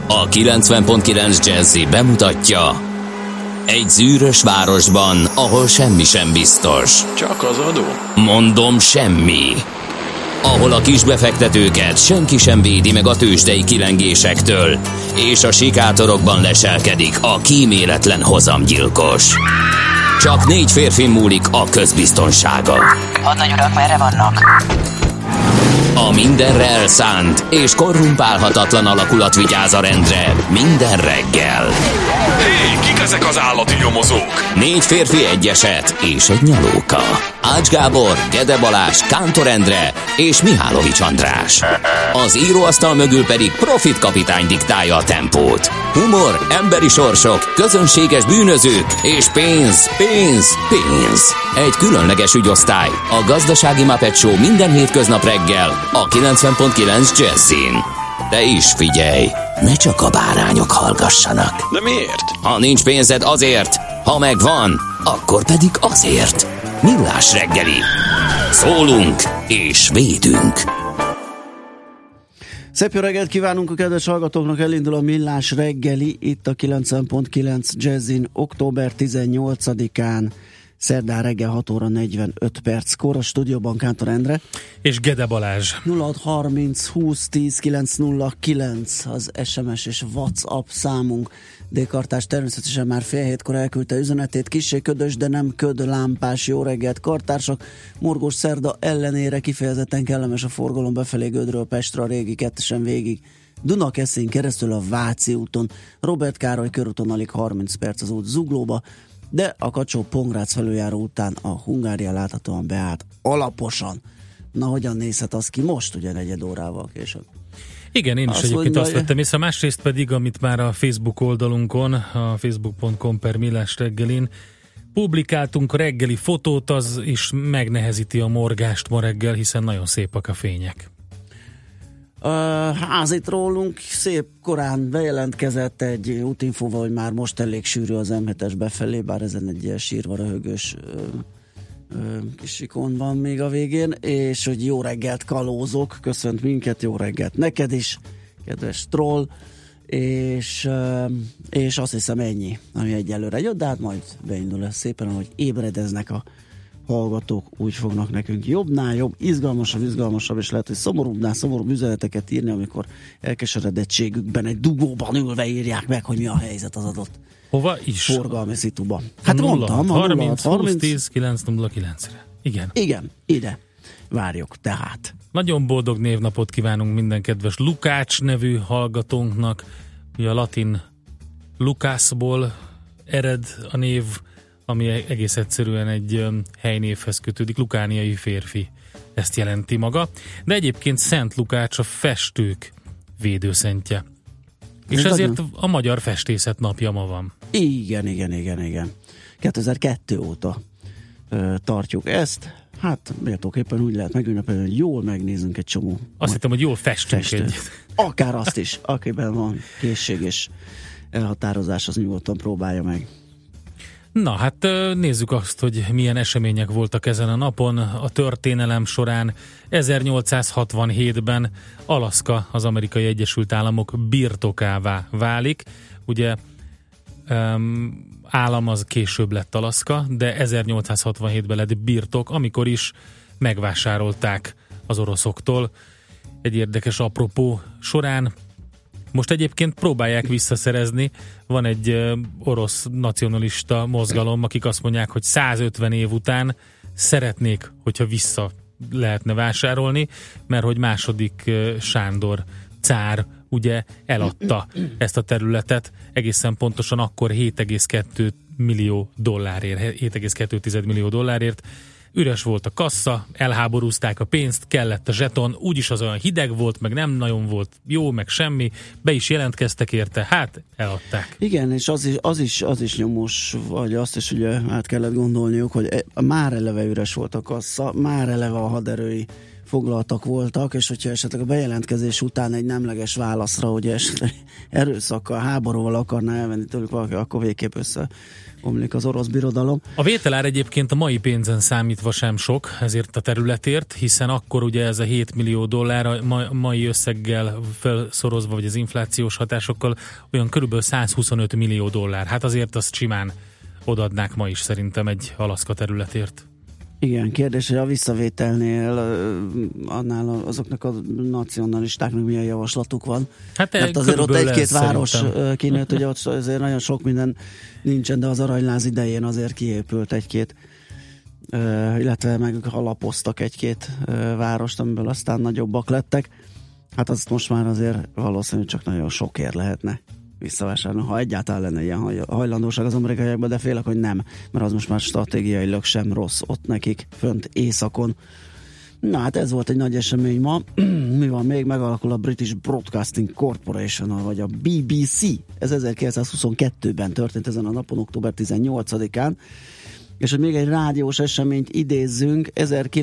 A 90.9 Jazzy bemutatja: egy zűrös városban, ahol semmi sem biztos. Csak az adó? Mondom, semmi. Ahol a kisbefektetőket senki sem védi meg a tőzsdei kilengésektől, és a sikátorokban leselkedik a kíméletlen hozamgyilkos. Csak 4 férfi múlik a közbiztonsága. Hadnagy urak, merre vannak? A mindenre elszánt és korrumpálhatatlan alakulat vigyáz a rendre minden reggel. Hé, kik ezek az állati nyomozók? 4 férfi, egy eset és egy nyalóka. Ács Gábor, Gede Balázs, Kántor Endre és Mihálovics András. Az íróasztal mögül pedig Profit kapitány diktálja a tempót. Humor, emberi sorsok, közönséges bűnözők és pénz, pénz, pénz. Egy különleges ügyosztály, a Gazdasági Muppet Show minden hétköznap reggel a 90.9 Jazzin. De is figyelj, ne csak a bárányok hallgassanak. De miért? Ha nincs pénzed, azért, ha megvan, akkor pedig azért. Millás reggeli. Szólunk és védünk. Szép jó reggelt kívánunk a kedves hallgatóknak, elindul a Millás reggeli, itt a 90.9 Jazzin, október 18-án, szerdán reggel 6 óra 45 perckor, a stúdióban Kántor Endre. És Gede Balázs. 0630 20 10 909 az SMS és WhatsApp számunk. D-kartás természetesen már fél hétkor elküldte üzenetét. Kissé ködös, de nem köd lámpás. Jó reggelt, kartársak. Morgós szerda ellenére kifejezetten kellemes a forgalom befelé Gödről Pestre, a régi kettesen végig Dunakeszin keresztül a Váci úton, Robert Károly körúton alig 30 perc az út Zuglóba, de a Kacsó-Pongrác felüljáró után a Hungária láthatóan beállt alaposan. Na, hogyan nézhet az ki most, ugye 4 órával később? Igen, én is azt egyébként mondja, azt vettem észre, másrészt pedig, amit már a Facebook oldalunkon, a facebook.com/Millás reggelin publikáltunk reggeli fotót, az is megnehezíti a morgást ma reggel, hiszen nagyon szépek a fények. Itt rólunk szép korán bejelentkezett egy útinfóval, hogy már most elég sűrű az M7-es befelé, bár ezen egy ilyen sírva röhögős kis ikon van még a végén, és hogy jó reggelt kalózok, köszönt minket, jó reggelt neked is, kedves troll, és azt hiszem ennyi, ami egyelőre jött, de hát majd beindul ez szépen, ahogy ébredeznek a hallgatók, úgy fognak nekünk jobbnál jobb, izgalmasabb, és lehet, hogy szomorúbb üzeneteket írni, amikor elkeseredettségükben egy dugóban ülve írják meg, hogy mi a helyzet az adott hova is? forgalmi szituban. Hát mondtam, 30 20 10 909-re. Igen, ide várjuk tehát. Nagyon boldog névnapot kívánunk minden kedves Lukács nevű hallgatónknak. Ugye a latin Lukászból ered a név, ami egész egyszerűen egy helynévhez kötődik, lukániai férfi, ezt jelenti maga. De egyébként Szent Lukács a festők védőszentje. És ezért a Magyar Festészet napja ma van. Igen. 2002 óta tartjuk ezt. Hát méltóképpen úgy lehet megünnepelni, hogy jól megnézünk egy csomó. Azt hittem, hogy jól festünk egyet. Akár azt is, akiben van készség és elhatározás, az nyugodtan próbálja meg. Na hát nézzük azt, hogy milyen események voltak ezen a napon. A történelem során 1867-ben Alaszka, az Amerikai Egyesült Államok birtokává válik. Ugye állam az később lett Alaszka, de 1867-ben lett birtok, amikor is megvásárolták az oroszoktól. Egy érdekes apropó során. Most egyébként próbálják visszaszerezni. Van egy orosz nacionalista mozgalom, akik azt mondják, hogy 150 év után szeretnék, hogyha vissza lehetne vásárolni, mert hogy második Sándor cár ugye eladta ezt a területet, egészen pontosan akkor 7,2 millió dollárért. Üres volt a kassa, elháborúzták a pénzt, kellett a zseton, úgyis az olyan hideg volt, meg nem nagyon volt jó, meg semmi, be is jelentkeztek érte, hát eladták. Igen, és az is nyomos, vagy azt is ugye át kellett gondolniuk, hogy már eleve üres volt a kassa, már eleve a haderői foglaltak voltak, és hogyha esetleg a bejelentkezés után egy nemleges válaszra, hogy esetleg erőszakkal, háborúval akarná elvenni tőlük valaki, akkor végképp összeomlik az orosz birodalom. A vételár egyébként a mai pénzen számítva sem sok ezért a területért, hiszen akkor ugye ez a 7 millió dollár a mai összeggel felszorozva, vagy az inflációs hatásokkal olyan körülbelül 125 millió dollár. Hát azért azt simán odaadnák ma is szerintem egy Alaszka területért. Igen, kérdés, hogy a visszavételnél annál azoknak a nacionalistáknak milyen javaslatuk van. Hát mert azért ott egy-két város kinőtt, ugye ott azért nagyon sok minden nincsen, de az aranyláz idején azért kiépült egy-két, illetve meg alapoztak egy-két várost, amiből aztán nagyobbak lettek. Hát azt most már azért valószínűleg csak nagyon sokért lehetne visszavásárolni, ha egyáltalán lenne ilyen hajlandóság az amerikaiakban, de félek, hogy nem, mert az most már stratégiailag sem rossz ott nekik, fönt északon. Na hát ez volt egy nagy esemény ma. Mi van még? Megalakul a British Broadcasting Corporation, vagy a BBC. Ez 1922-ben történt ezen a napon, október 18-án. És hogy még egy rádiós eseményt idézzünk,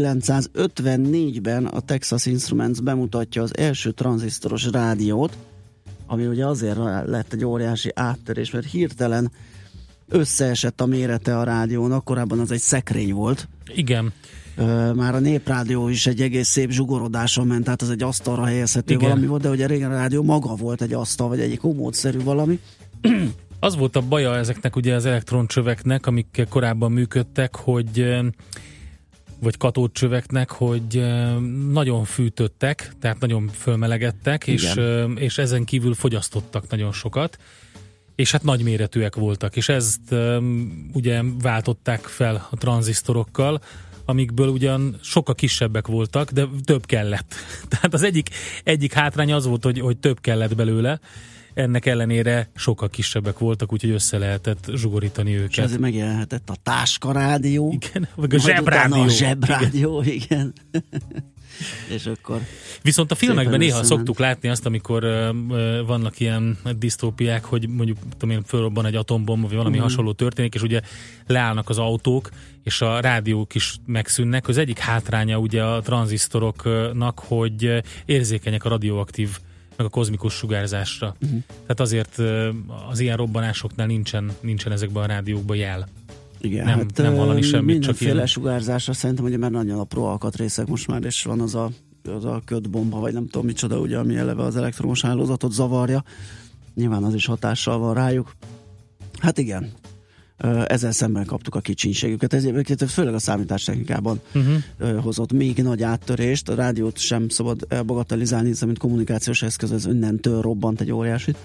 1954-ben a Texas Instruments bemutatja az első tranzisztoros rádiót, ami ugye azért lett egy óriási áttörés, mert hirtelen összeesett a mérete a rádiónak, korábban az egy szekrény volt. Igen. Már a Néprádió is egy egész szép zsugorodáson ment, tehát az egy asztalra helyezhető valami volt, de ugye régen a rádió maga volt egy asztal, vagy egy komódszerű valami. Az volt a baja ezeknek ugye az elektroncsöveknek, amik korábban működtek, hogy vagy katódcsöveknek, hogy nagyon fűtöttek, tehát nagyon fölmelegedtek, és ezen kívül fogyasztottak nagyon sokat, és hát nagyméretűek voltak, és ezt ugye váltották fel a tranzisztorokkal, amikből ugyan sokkal kisebbek voltak, de több kellett. Tehát az egyik hátrány az volt, hogy több kellett belőle, ennek ellenére sokkal kisebbek voltak, úgyhogy össze lehetett zsugorítani őket. És ezért megjelenhetett a táskarádió. Igen, vagy a zsebrádió. A zsebrádió, igen. És akkor... Viszont a filmekben néha szoktuk látni azt, amikor vannak ilyen disztópiák, hogy mondjuk fölrobban egy atombomba, vagy valami hasonló történik, és ugye leállnak az autók, és a rádiók is megszűnnek. Az egyik hátránya ugye a tranzisztoroknak, hogy érzékenyek a radioaktív meg a kozmikus sugárzásra. Tehát azért az ilyen robbanásoknál nincsen ezekben a rádiókban jel. Igen, nem hallani semmit, mindenféle csak ilyen... sugárzásra szerintem ugye már nagyon apró alkatrészek most már, és van az a ködbomba, vagy nem tudom micsoda, ugye, ami eleve az elektromos hálózatot zavarja. Nyilván az is hatással van rájuk. Hát igen, ezzel szemben kaptuk a kicsinségüket. Ezért főleg a számítástechnikában hozott még nagy áttörést. A rádiót sem szabad elbagatelizálni, hiszen mint kommunikációs eszköz ez innentől robbant egy óriásit.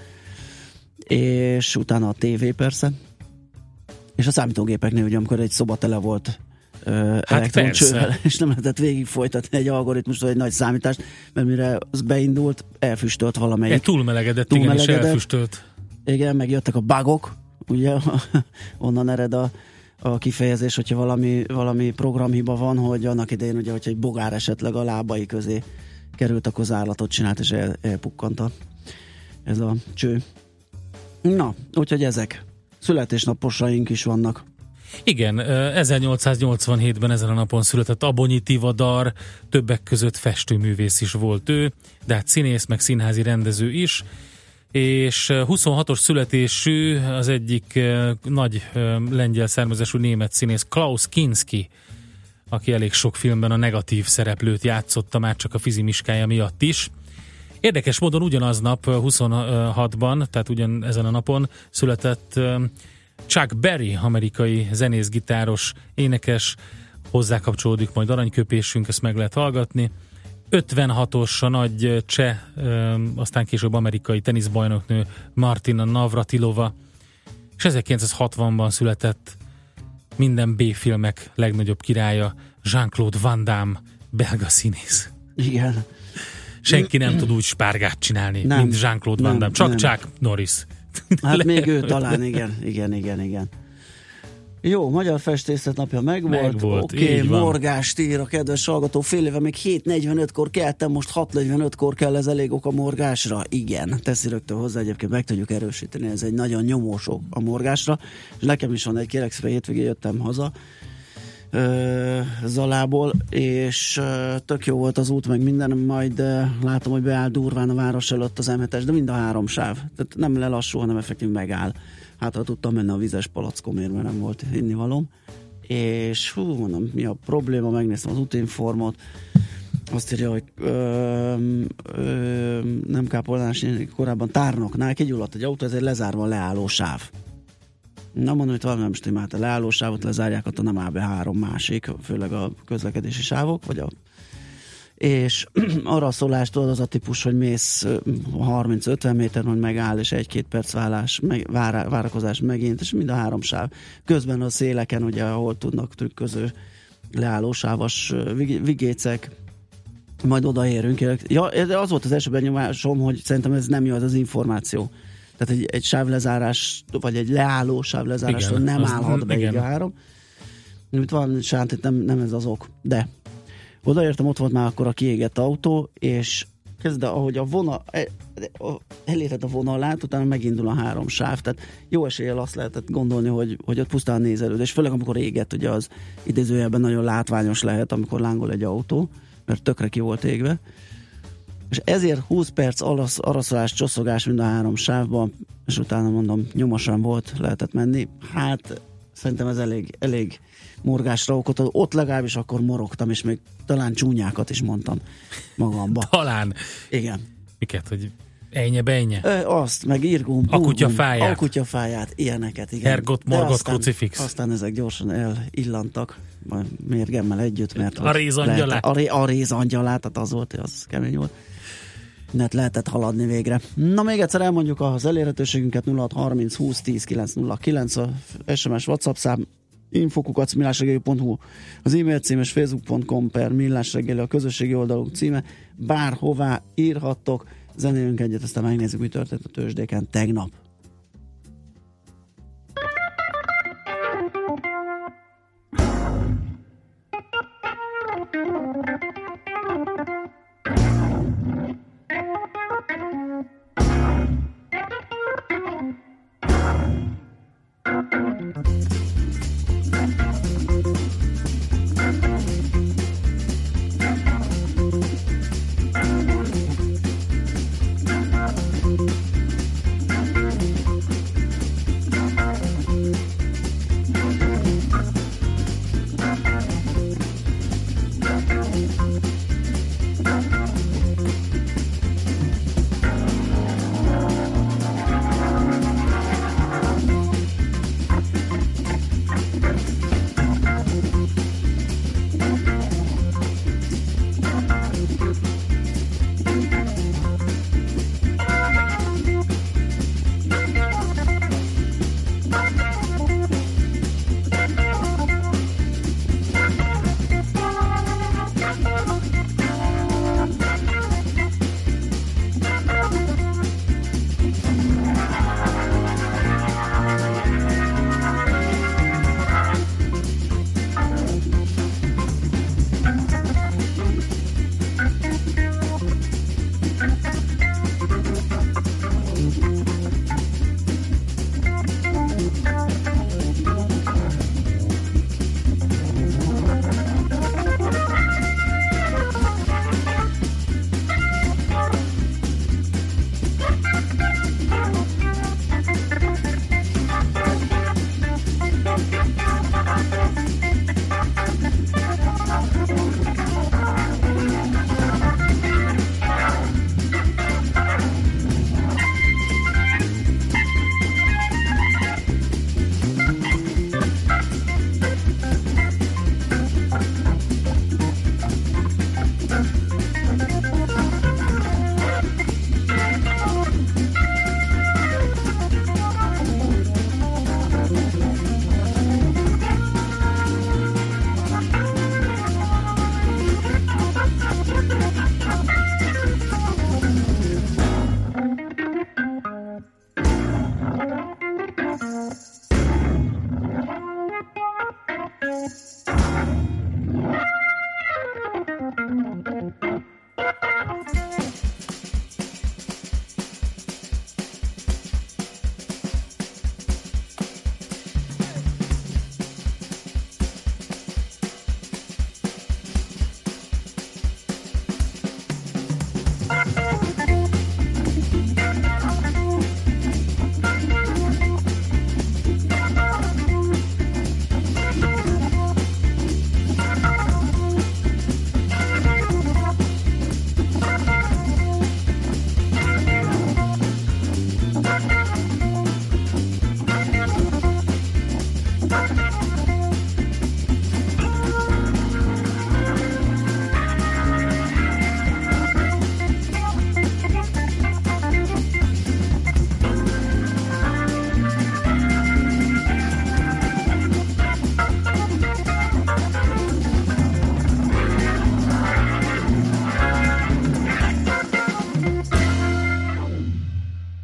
És utána a tévé persze. És a számítógépeknél ugye, amikor egy szoba tele volt elektroncsővel, és nem lehetett végig folytatni egy algoritmust, vagy egy nagy számítást, mert mire az beindult, elfüstölt valamelyik. Túlmelegedett, igen, és elfüstölt. Igen, meg jöttek a bugok, ugye, onnan ered a kifejezés, hogyha valami programhiba van, hogy annak idején, ugye, hogyha egy bogár esetleg a lábai közé került, akkor zárlatot csinált, és elpukkant ez a cső. Na, úgyhogy ezek. Születésnaposaink is vannak. Igen, 1887-ben ezen a napon született Abonyi Tivadar, többek között festőművész is volt ő, de hát színész, meg színházi rendező is, és 26-os születésű az egyik nagy lengyel származású német színész Klaus Kinski, aki elég sok filmben a negatív szereplőt játszotta, már csak a fizimiskája miatt is. Érdekes módon ugyanaznap 26-ban, tehát ugyan ezen a napon született Chuck Berry, amerikai zenész, gitáros, énekes, hozzá kapcsolódik majd aranyköpésünk, ezt meg lehet hallgatni. 56-os a nagy cseh, aztán később amerikai teniszbajnoknő Martina Navratilova, és 1960-ban született minden B-filmek legnagyobb királya, Jean-Claude Van Damme, belga színész. Igen. Senki nem tud úgy spárgát csinálni, mint Jean-Claude Van Damme. Csak Chuck Norris. Hát még ő talán, igen. Jó, Magyar Festészet napja megvolt. Oké, morgást ír a kedves hallgató. Fél éve még 7:45-kor keltem, most 6:45-kor kell, ez elég ok a morgásra? Igen, teszi rögtön hozzá, egyébként meg tudjuk erősíteni, ez egy nagyon nyomós ok a morgásra. És nekem is van egy, kérlek szépen, hétvégén jöttem haza, Zalából, és tök jó volt az út, meg minden, majd látom, hogy beáll durván a város előtt az M7-es, de mind a 3 sáv. Tehát nem lelassul, hanem effektív megáll. Hát ha tudtam menni a vizes palackomért, mert nem volt innivalóm. És mondom, mi a probléma, megnéztem az útinformot, azt írja, hogy nem Kápolnás, korábban Tárnoknál kigyulladt egy autó, ez egy lezárva leálló sáv. Na mondom, hogy valami nem stimált, a leálló sávot lezárják, ott nem áll be 3 másik, főleg a közlekedési sávok, és arra a szólást tudod, az a típus, hogy mész 30-50 méter, hogy megáll, és 1-2 perc várakozás megint, és mind a 3 sáv. Közben a széleken, ugye, ahol tudnak trükköző leállósávas vigécek, majd odaérünk. Ja, az volt az első benyomásom, hogy szerintem ez nem jó, az információ. Tehát egy sávlezárás, vagy egy leálló sávlezárásról nem állhat be így a 3. Itt van sánt, nem ez az ok. De odaértem, ott volt már akkor a kiégett autó, és kezdve, ahogy a vonal, elérhet a vonalát, utána megindul a 3 sáv, tehát jó eséllyel azt lehetett gondolni, hogy ott pusztán nézelőd, és főleg amikor égett, ugye az idézőjelben nagyon látványos lehet, amikor lángol egy autó, mert tökre ki volt égve, és ezért 20 perc araszolás, csosszogás mind a 3 sávban, és utána mondom, nyomosan volt, lehetett menni. Hát szerintem ez elég morgásra okot. Ott legalábbis akkor morogtam, és még talán csúnyákat is mondtam magamba. Talán. Igen. Miket, hogy ejnye-bejnye? Azt, meg írgum, akutyafáját. Akutyafáját, ilyeneket, igen. Ergot, morgot, krucifix. Aztán ezek gyorsan elillantak, majd mérgemmel együtt, mert a rézangyalát. A rézangyalát, tehát az volt, az kemény volt. Lehetett haladni végre. Na, még egyszer elmondjuk az elérhetőségünket: 0630 20 10 909, a SMS WhatsApp szám, info@millásreggeli.hu, az e-mail cím, és facebook.com/millásreggeli a közösségi oldalunk címe. Bárhová írhattok, zenélünk egyet, aztán megnézzük, mi történt a tőzsdéken tegnap.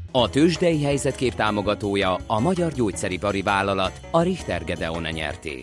A tőzsdei helyzetkép támogatója a Magyar Gyógyszeripari Vállalat, a Richter Gedeon nyerté.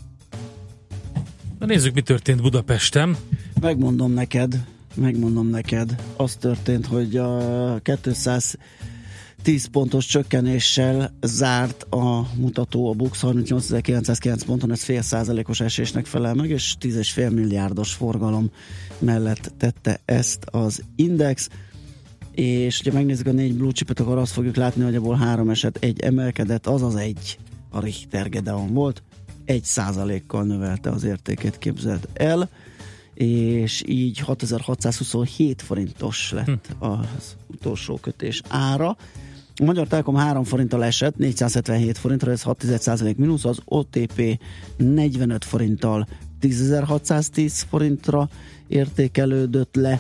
Na nézzük, mi történt Budapesten. Megmondom neked. Az történt, hogy a 210 pontos csökkenéssel zárt a mutató, a BUX 38.909 ponton, ez fél százalékos esésnek felel meg, és 10,5 milliárdos forgalom mellett tette ezt az index. És ha megnézzük a 4 blue chipet, akkor azt fogjuk látni, hogy abból 3 eset, egy emelkedett, azaz egy a Richter Gedeon volt, 1%-kal növelte az értékét, képzeld el, és így 6627 forintos lett az utolsó kötés ára. A Magyar Telekom 3 forinttal esett, 477 forintra, ez 6,1% mínusz, az OTP 45 forinttal 10.610 forintra értékelődött le,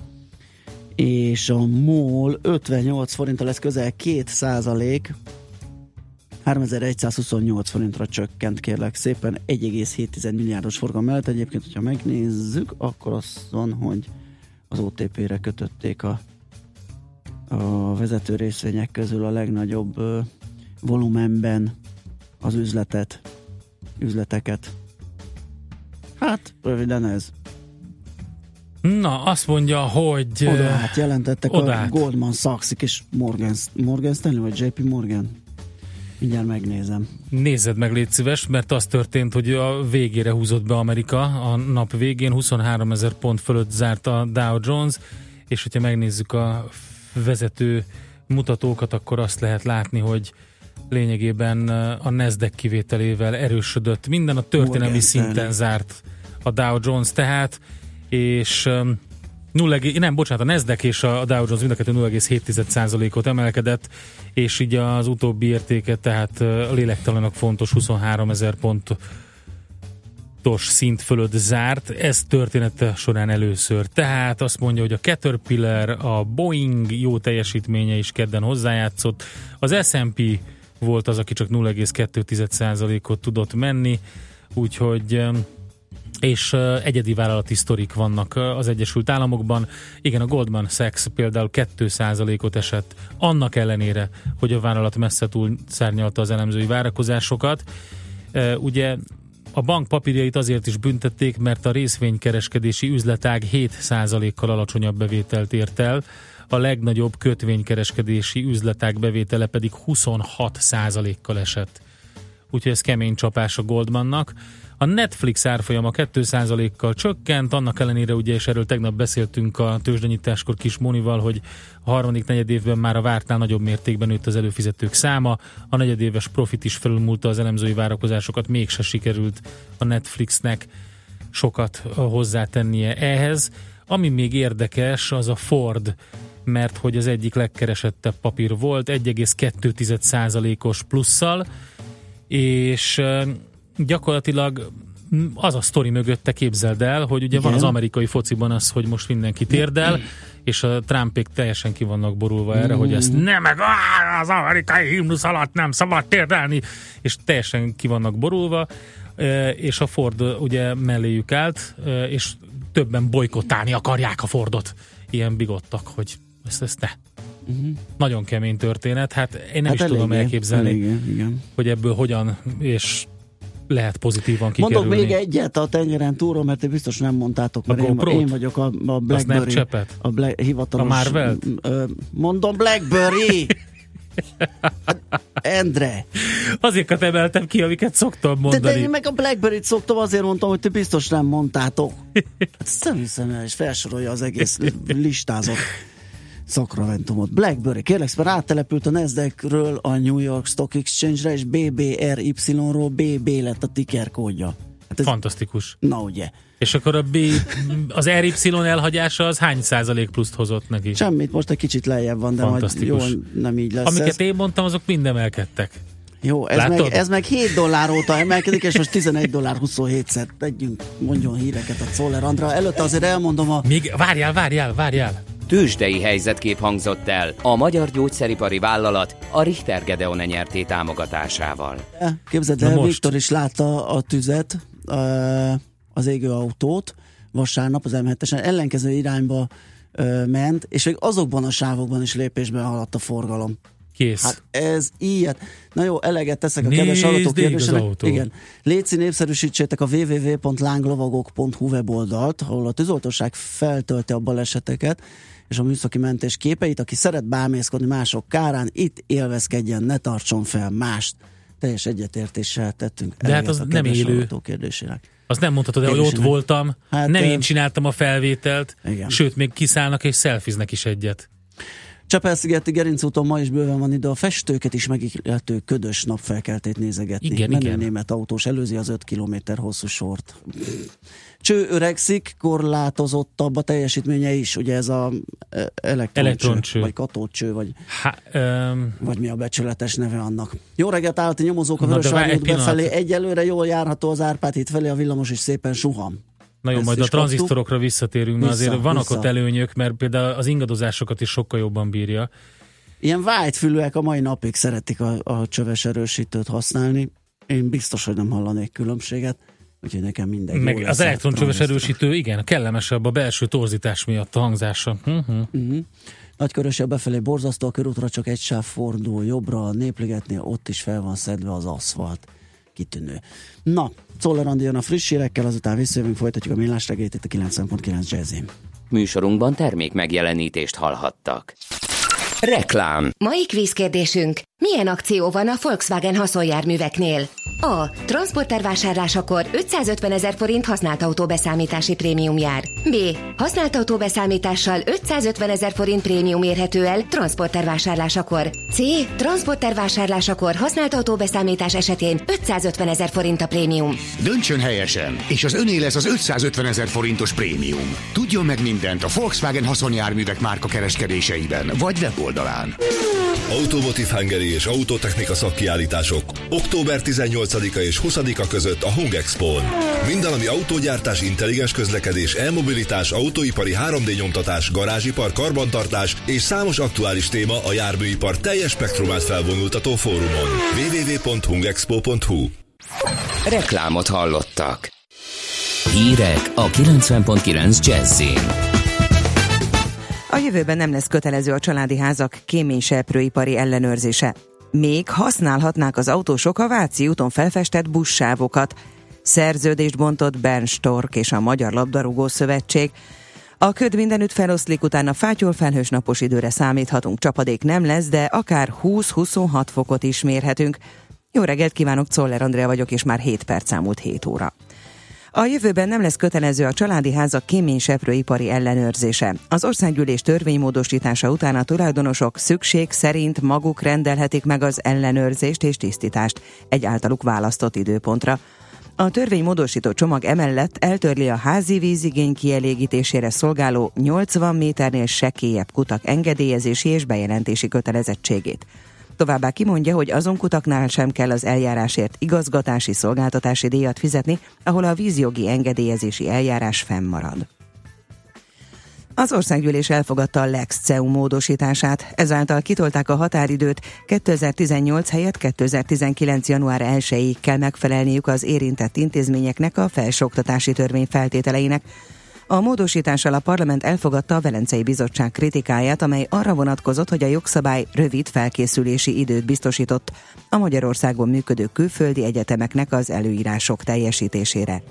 és a MOL 58 forinttal, ez közel 2%, 3128 forintra csökkent, kérlek szépen, 1,7 milliárdos forgalom mellett. Egyébként, hogyha megnézzük, akkor az van, hogy az OTP-re kötötték a vezető részvények közül a legnagyobb volumenben az üzleteket. Hát, röviden ez. Na, azt mondja, hogy... Odaát jelentettek odaát. A Goldman Sachs és Morgan Stanley, vagy JP Morgan. Mindjárt megnézem. Nézzed meg, légy szíves, mert az történt, hogy a végére húzott be Amerika, a nap végén 23 000 pont fölött zárt a Dow Jones, és hogyha megnézzük a vezető mutatókat, akkor azt lehet látni, hogy lényegében a Nasdaq kivételével erősödött. Minden a történelmi szinten zárt a Dow Jones tehát, és a Nasdaq és a Dow Jones mind a kettő 0,7%-ot emelkedett, és így az utóbbi értéket, tehát a lélektelenek fontos 23 000 pontos szint fölött zárt. Ez története során először. Tehát azt mondja, hogy a Caterpillar, a Boeing jó teljesítménye is kedden hozzájátszott. Az S&P volt az, aki csak 0,2%-ot tudott menni, úgyhogy és egyedi vállalati sztorik vannak az Egyesült Államokban. Igen, a Goldman Sachs például 2%-ot esett, annak ellenére, hogy a vállalat messze túl szárnyalta az elemzői várakozásokat. Ugye a bank papírjait azért is büntették, mert a részvénykereskedési üzletág 7%-kal alacsonyabb bevételt ért el, a legnagyobb kötvénykereskedési üzletág bevétele pedig 26%-kal esett. Úgyhogy ez kemény csapás a Goldmannak. A Netflix árfolyama 2%-kal csökkent, annak ellenére ugye, és erről tegnap beszéltünk a tőzsdenyitáskor Kis Mónival, hogy a harmadik negyedévben már a vártnál nagyobb mértékben nőtt az előfizetők száma, a negyedéves profit is felülmúlta az elemzői várakozásokat, mégse sikerült a Netflixnek sokat hozzátennie ehhez. Ami még érdekes, az a Ford, mert hogy az egyik legkeresettebb papír volt, 1,2%-os plusszal, és gyakorlatilag az a sztori mögötte, képzeld el, hogy ugye van az amerikai fociban az, hogy most mindenki térdel, és a Trumpék teljesen ki vannak borulva erre, hogy ezt nem, meg az amerikai himnusz alatt nem szabad térdelni, és teljesen ki vannak borulva, és a Ford ugye melléjük állt, és többen bojkottálni akarják a Fordot. Ilyen bigottak, hogy ezt ne. Nagyon kemény történet, hát én nem is tudom elképzelni, igen. hogy ebből hogyan és lehet pozitívan kikerülni. Mondok még egyet a tengeren túlról, mert én biztos nem mondtátok, mert én vagyok a BlackBerry. Hivatalos. A Marvelt? Mondom BlackBerry! Endre! Azért emeltem ki, amiket szoktam mondani. De én meg a BlackBerry-t szoktam, azért mondtam, hogy ti biztos nem mondtátok. Hát szemüszem el, és felsorolja az egész listázott szakramentumot. BlackBerry, kérlek szépen áttelepült a Nasdaq-ről a New York Stock Exchange-re, és BBRY-ról BB lett a ticker kódja. Hát ez... Fantasztikus. Na ugye. És akkor az RY elhagyása az hány százalék pluszt hozott neki? Semmit, most egy kicsit lejjebb van, de majd jól nem így lesz. Amiket én mondtam, azok mind emelkedtek. Jó, ez meg $7 óta emelkedik, és most $11.27. Mondjon híreket a Czoller Andra. Előtte azért elmondom Még várjál! Tőzsdei helyzetkép hangzott el a Magyar Gyógyszeripari Vállalat, a Richter Gedeon nyerté támogatásával. Képzeld el, Viktor is látta a tüzet, az égő autót vasárnap az M7-esen, ellenkező irányba ment, és még azokban a sávokban is lépésben haladt a forgalom. Kész. Hát ez ilyet. Na jó, eleget teszek a kedves hallgatók kérdésének. Igen. Léci, népszerűsítsétek a www.lánglovagok.hu weboldalt, ahol a tűzoltóság feltölti a baleseteket és a műszaki mentés képeit. Aki szeret bámészkodni mások kárán, itt élvezkedjen, ne tartson fel mást. Teljes egyetértéssel tettünk. De hát az nem élő. Azt nem mondhatod, hogy ott voltam, hát, nem én csináltam a felvételt, igen. Sőt, még kiszállnak és szelfiznek is egyet. Csepel-szigeti Gerinc úton ma is bőven van idő a festőket is megillető ködös napfelkeltét nézegetni. Igen, menő igen. Német autós előzi az 5 kilométer hosszú sort. Cső öregszik, korlátozottabb a teljesítménye is, ugye ez a elektroncső, vagy katódcső, vagy mi a becsületes neve annak. Jó reggelt, állati nyomozók a Vörösvári út befelé, egyelőre jól járható az Árpád híd felé, a villamos is szépen suhan. Na jó, majd a tranzisztorokra visszatérünk, mert azért vannak ott előnyök, mert például az ingadozásokat is sokkal jobban bírja. Ilyen vágyfülűek a mai napig szeretik a csöves erősítőt használni. Én biztos, hogy nem hallanék különbséget, úgyhogy nekem mindegy. Meg az elektroncsöves erősítő, igen, kellemesebb a belső torzítás miatt a hangzása. Nagykörössel befelé borzasztó, a körútra csak egy sáv fordul jobbra, a Népligetnél ott is fel van szedve az aszfalt. Kitűnő. Na, Czoller Andi jön a friss hírekkel, azután visszajövünk, folytatjuk a millás reggelyt itt a 90.9 Jazzin. Műsorunkban termék megjelenítést hallhattak. Reklám. Mai kvízkérdésünk: milyen akció van a Volkswagen haszonjárműveknél? A. Transporter vásárlásakor 550 000 forint használt autóbeszámítási prémium jár. B. Használt autóbeszámítással 550 000 forint prémium érhető el transporter vásárlásakor. C. Transporter vásárlásakor használt autóbeszámítás esetén 550 000 forint a prémium. Döntsön helyesen, és az öné lesz az 550 000 forintos prémium. Tudjon meg mindent a Volkswagen haszonjárművek márka kereskedéseiben, vagy weboldalán. Automotive Hungary és autotechnika szakkiállítások október 18-a és 20-a között a Hung Expon. Minden, ami autógyártás, intelligens közlekedés, e-mobilitás, autóipari 3D nyomtatás, garázsipar, karbantartás és számos aktuális téma a járműipar teljes spektrumát felvonultató fórumon. www.hungexpo.hu. Reklámot hallottak. Hírek a 90.9 Jazzin. A jövőben nem lesz kötelező a családi házak kéményseprőipari ellenőrzése. Még használhatnák az autósok a Váci úton felfestett buszsávokat. Szerződést bontott Bernd Stork és a Magyar Labdarúgó Szövetség. A köd mindenütt feloszlik, utána fátyol, felhős napos időre számíthatunk. Csapadék nem lesz, de akár 20-26 fokot is mérhetünk. Jó reggelt kívánok, Czoller Andrea vagyok, és már 7 perc elmúlt 7 óra. A jövőben nem lesz kötelező a családi házak kéményseprőipari ellenőrzése. Az országgyűlés törvénymódosítása után a tulajdonosok szükség szerint maguk rendelhetik meg az ellenőrzést és tisztítást egy általuk választott időpontra. A törvénymódosító csomag emellett eltörli a házi vízigény kielégítésére szolgáló 80 méternél sekélyebb kutak engedélyezési és bejelentési kötelezettségét. Továbbá kimondja, hogy azon kutaknál sem kell az eljárásért igazgatási szolgáltatási díjat fizetni, ahol a vízjogi engedélyezési eljárás fennmarad. Az országgyűlés elfogadta a Lex CEU módosítását, ezáltal kitolták a határidőt, 2018 helyett 2019. január 1-ig kell megfelelniük az érintett intézményeknek a felsőoktatási törvény feltételeinek. A módosítással a parlament elfogadta a Velencei Bizottság kritikáját, amely arra vonatkozott, hogy a jogszabály rövid felkészülési időt biztosított a Magyarországon működő külföldi egyetemeknek az előírások teljesítésére.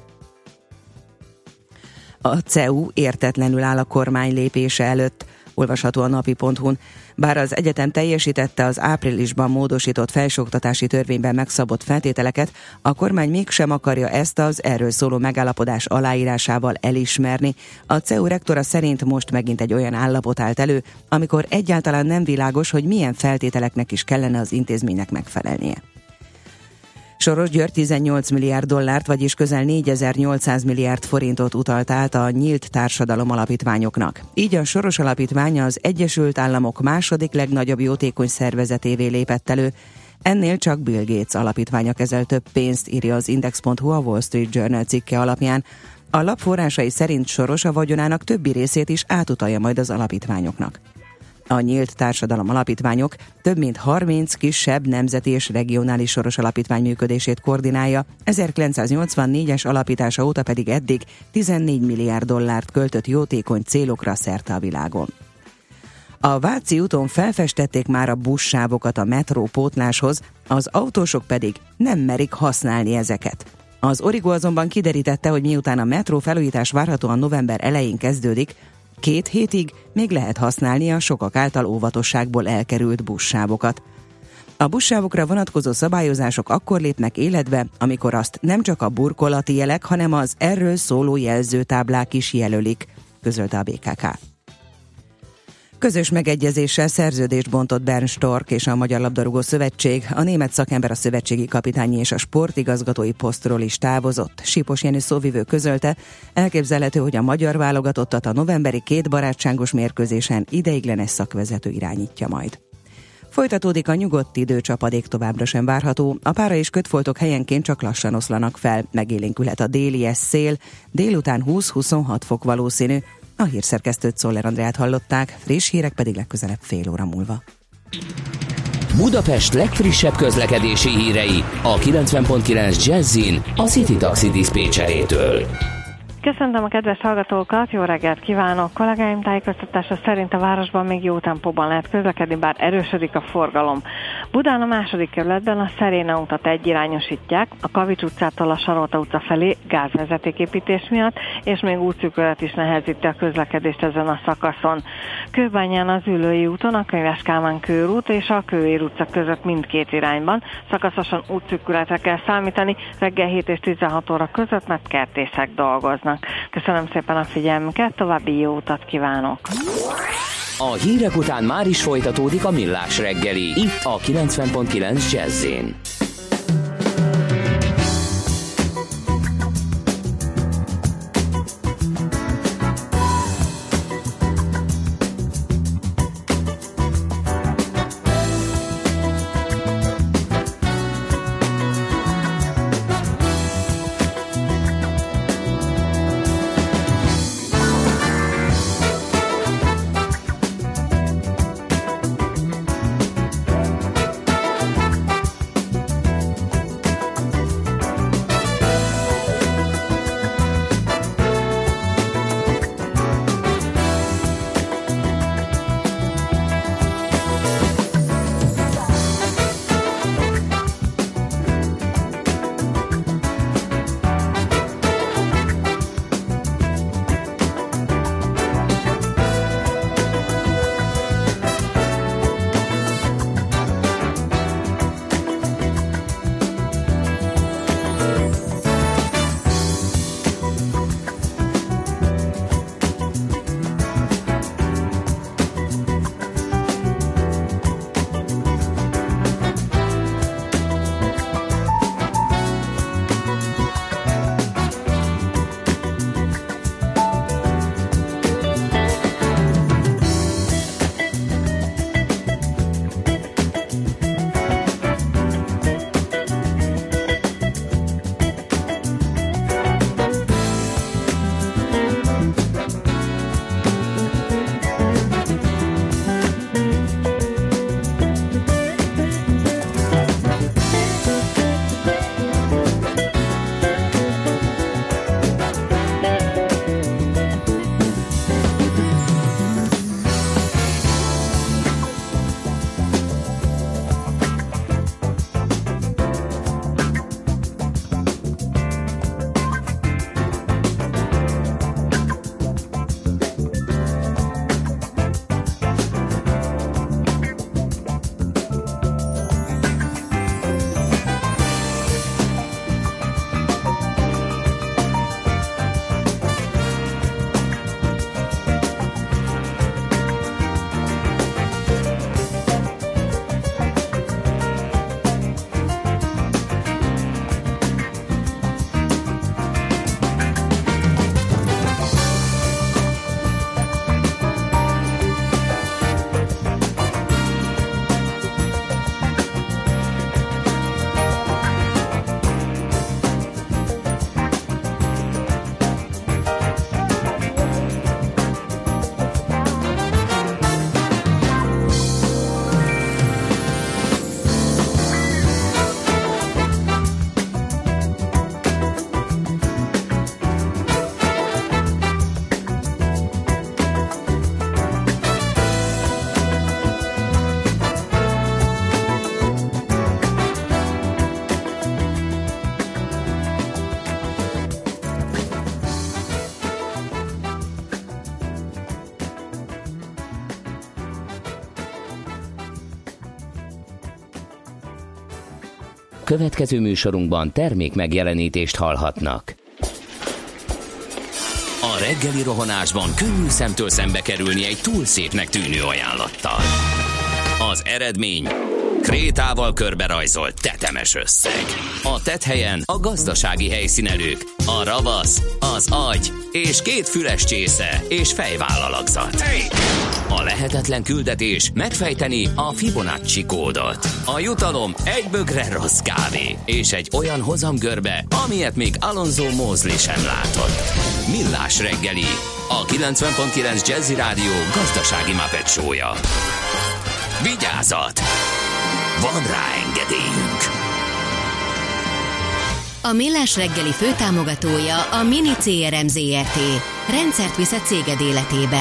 A CEU értetlenül áll a kormány lépése előtt, olvasható a napi.hu-n. Bár az egyetem teljesítette az áprilisban módosított felsőoktatási törvényben megszabott feltételeket, a kormány mégsem akarja ezt az erről szóló megállapodás aláírásával elismerni. A CEU rektora szerint most megint egy olyan állapot állt elő, amikor egyáltalán nem világos, hogy milyen feltételeknek is kellene az intézménynek megfelelnie. Soros György 18 milliárd dollárt, vagyis közel 4800 milliárd forintot utalt át a Nyílt Társadalom alapítványoknak. Így a Soros Alapítvány az Egyesült Államok második legnagyobb jótékony szervezetévé lépett elő. Ennél csak Bill Gates alapítványa kezel több pénzt, írja az Index.hu a Wall Street Journal cikke alapján. A lap forrásai szerint Soros a vagyonának többi részét is átutalja majd az alapítványoknak. A Nyílt Társadalom Alapítványok több mint 30 kisebb nemzeti és regionális soros alapítvány működését koordinálja, 1984-es alapítása óta pedig eddig 14 milliárd dollárt költött jótékony célokra szerte a világon. A Váci úton felfestették már a buszsávokat a metró pótláshoz, az autósok pedig nem merik használni ezeket. Az Origo azonban kiderítette, hogy miután a metró felújítás várhatóan november elején kezdődik, 2 hétig még lehet használni a sokak által óvatosságból elkerült buszsávokat. A buszsávokra vonatkozó szabályozások akkor lépnek életbe, amikor azt nem csak a burkolati jelek, hanem az erről szóló jelzőtáblák is jelölik, közölte a BKK. Közös megegyezéssel szerződést bontott Bernd Stork és a Magyar Labdarúgó Szövetség, a német szakember a szövetségi kapitányi és a sportigazgatói posztról is távozott. Sipos Jenő szóvivő közölte, elképzelhető, hogy a magyar válogatottat a novemberi 2 barátságos mérkőzésen ideiglenes szakvezető irányítja majd. Folytatódik a nyugodt idő, csapadék továbbra sem várható, a pára és kötfoltok helyenként csak lassan oszlanak fel, megélénkülhet a déli szél, délután 20-26 fok valószínű. A hírszerkesztőt, Szoller Andreát hallották, friss hírek pedig legközelebb fél óra múlva. Budapest legfrissebb közlekedési hírei a 90.9 Jazzin a City Taxi diszpécserétől. Köszöntöm a kedves hallgatókat, jó reggelt kívánok! Kollégáim tájékoztatása szerint a városban még jó tempóban lehet közlekedni, bár erősödik a forgalom. Budán a 2. kerületben a Szeréna utat egyirányosítják, a Kavics utcától a Sarolta utca felé gázvezetéképítés miatt, és még útszűkület is nehezíti a közlekedést ezen a szakaszon. Kőbányán az Üllői úton a Könyves Kálmán körút és a Kőér utca között mindkét irányban szakaszosan útszűkületre kell számítani reggel 7 és 16 óra között, mert kertészek dolgoznak. Köszönöm szépen a figyelmüket, további jó utat kívánok! A hírek után már is folytatódik a Millás reggeli, itt a 90.9 Jazz-én. Következő műsorunkban termék megjelenítést hallhatnak. A reggeli rohanásban könnyű szemtől szembe kerülni egy túl szépnek tűnő ajánlattal. Az eredmény... krétával körberajzolt tetemes összeg. A tetthelyen a gazdasági helyszínelők, a ravasz, az agy és 2 füles csésze és fejvállalakzat. A lehetetlen küldetés megfejteni a Fibonacci kódot. A jutalom egy bögre rossz kávé és egy olyan hozamgörbe, amilyet még Alonso Mosley sem látott. Millás reggeli, a 90.9 Jazzy Rádió gazdasági Muppet show-ja. Vigyázat! Van rá engedélyünk! A Millás reggeli főtámogatója a Mini CRM Zrt. Rendszert visz a céged életébe.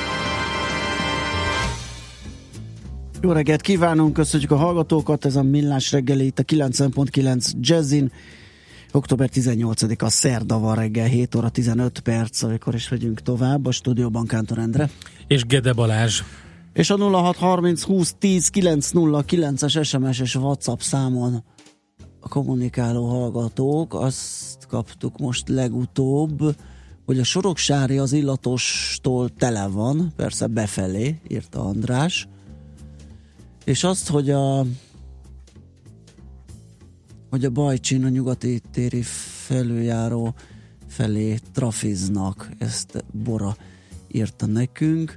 Jó reggelt kívánunk, köszönjük a hallgatókat, ez a Millás reggeli itt a 90.9 Jazzin. Október 18-a szerda van reggel, 7 óra 15 perc, amikor is megyünk tovább. A stúdióban Kántor Endre. És Gede Balázs. És a 0630 20 10 909-es SMS és WhatsApp számon a kommunikáló hallgatók azt kaptuk most legutóbb, hogy a Soroksári az illatostól tele van, persze befelé, írta András, és azt, hogy a Bajcsin a nyugati téri felüljáró felé trafiznak, ezt Bora írta nekünk.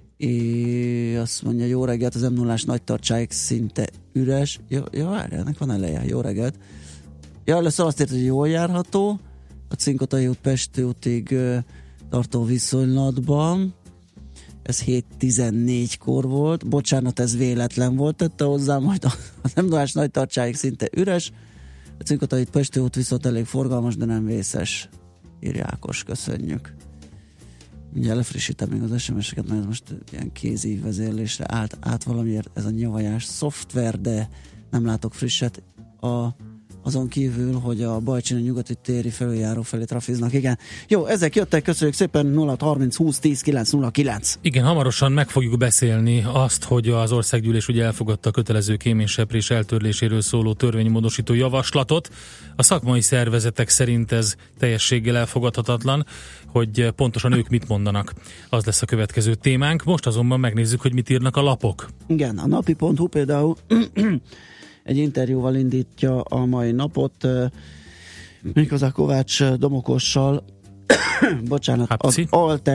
Azt mondja, jó reggelt, az M0-ás Nagytarcsáig szinte üres. Jó, ennek van eleje, jó reggelt. Ja, először azt ért, hogy jól járható, a Cinkotai út Pesti útig tartó viszonylatban. Ez 7:14-kor volt. Bocsánat, ez véletlen volt, tette hozzá, majd az M0-ás Nagytarcsáig szinte üres. A Cinkotai út Pesti út viszont elég forgalmas, de nem vészes. Írja Ákos, köszönjük. Ugye lefrissítem még az SMS-eket, mert most ilyen kézi vezérlésre át valamiért ez a nyavajás szoftver, de nem látok frisset azon kívül, hogy a Bajcsin a nyugati téri felüljáró felé trafiznak. Igen. Jó, ezek jöttek, köszönjük szépen. 0630 20 10 909. Igen, hamarosan meg fogjuk beszélni azt, hogy az országgyűlés ugye elfogadta a kötelező kéményseprés eltörléséről szóló törvénymódosító javaslatot. A szakmai szervezetek szerint ez teljességgel elfogadhatatlan, hogy pontosan ők mit mondanak. Az lesz a következő témánk. Most azonban megnézzük, hogy mit írnak a lapok. Igen, a napi.hu például egy interjúval indítja a mai napot, méghozzá Kovács Domokossal, bocsánat, az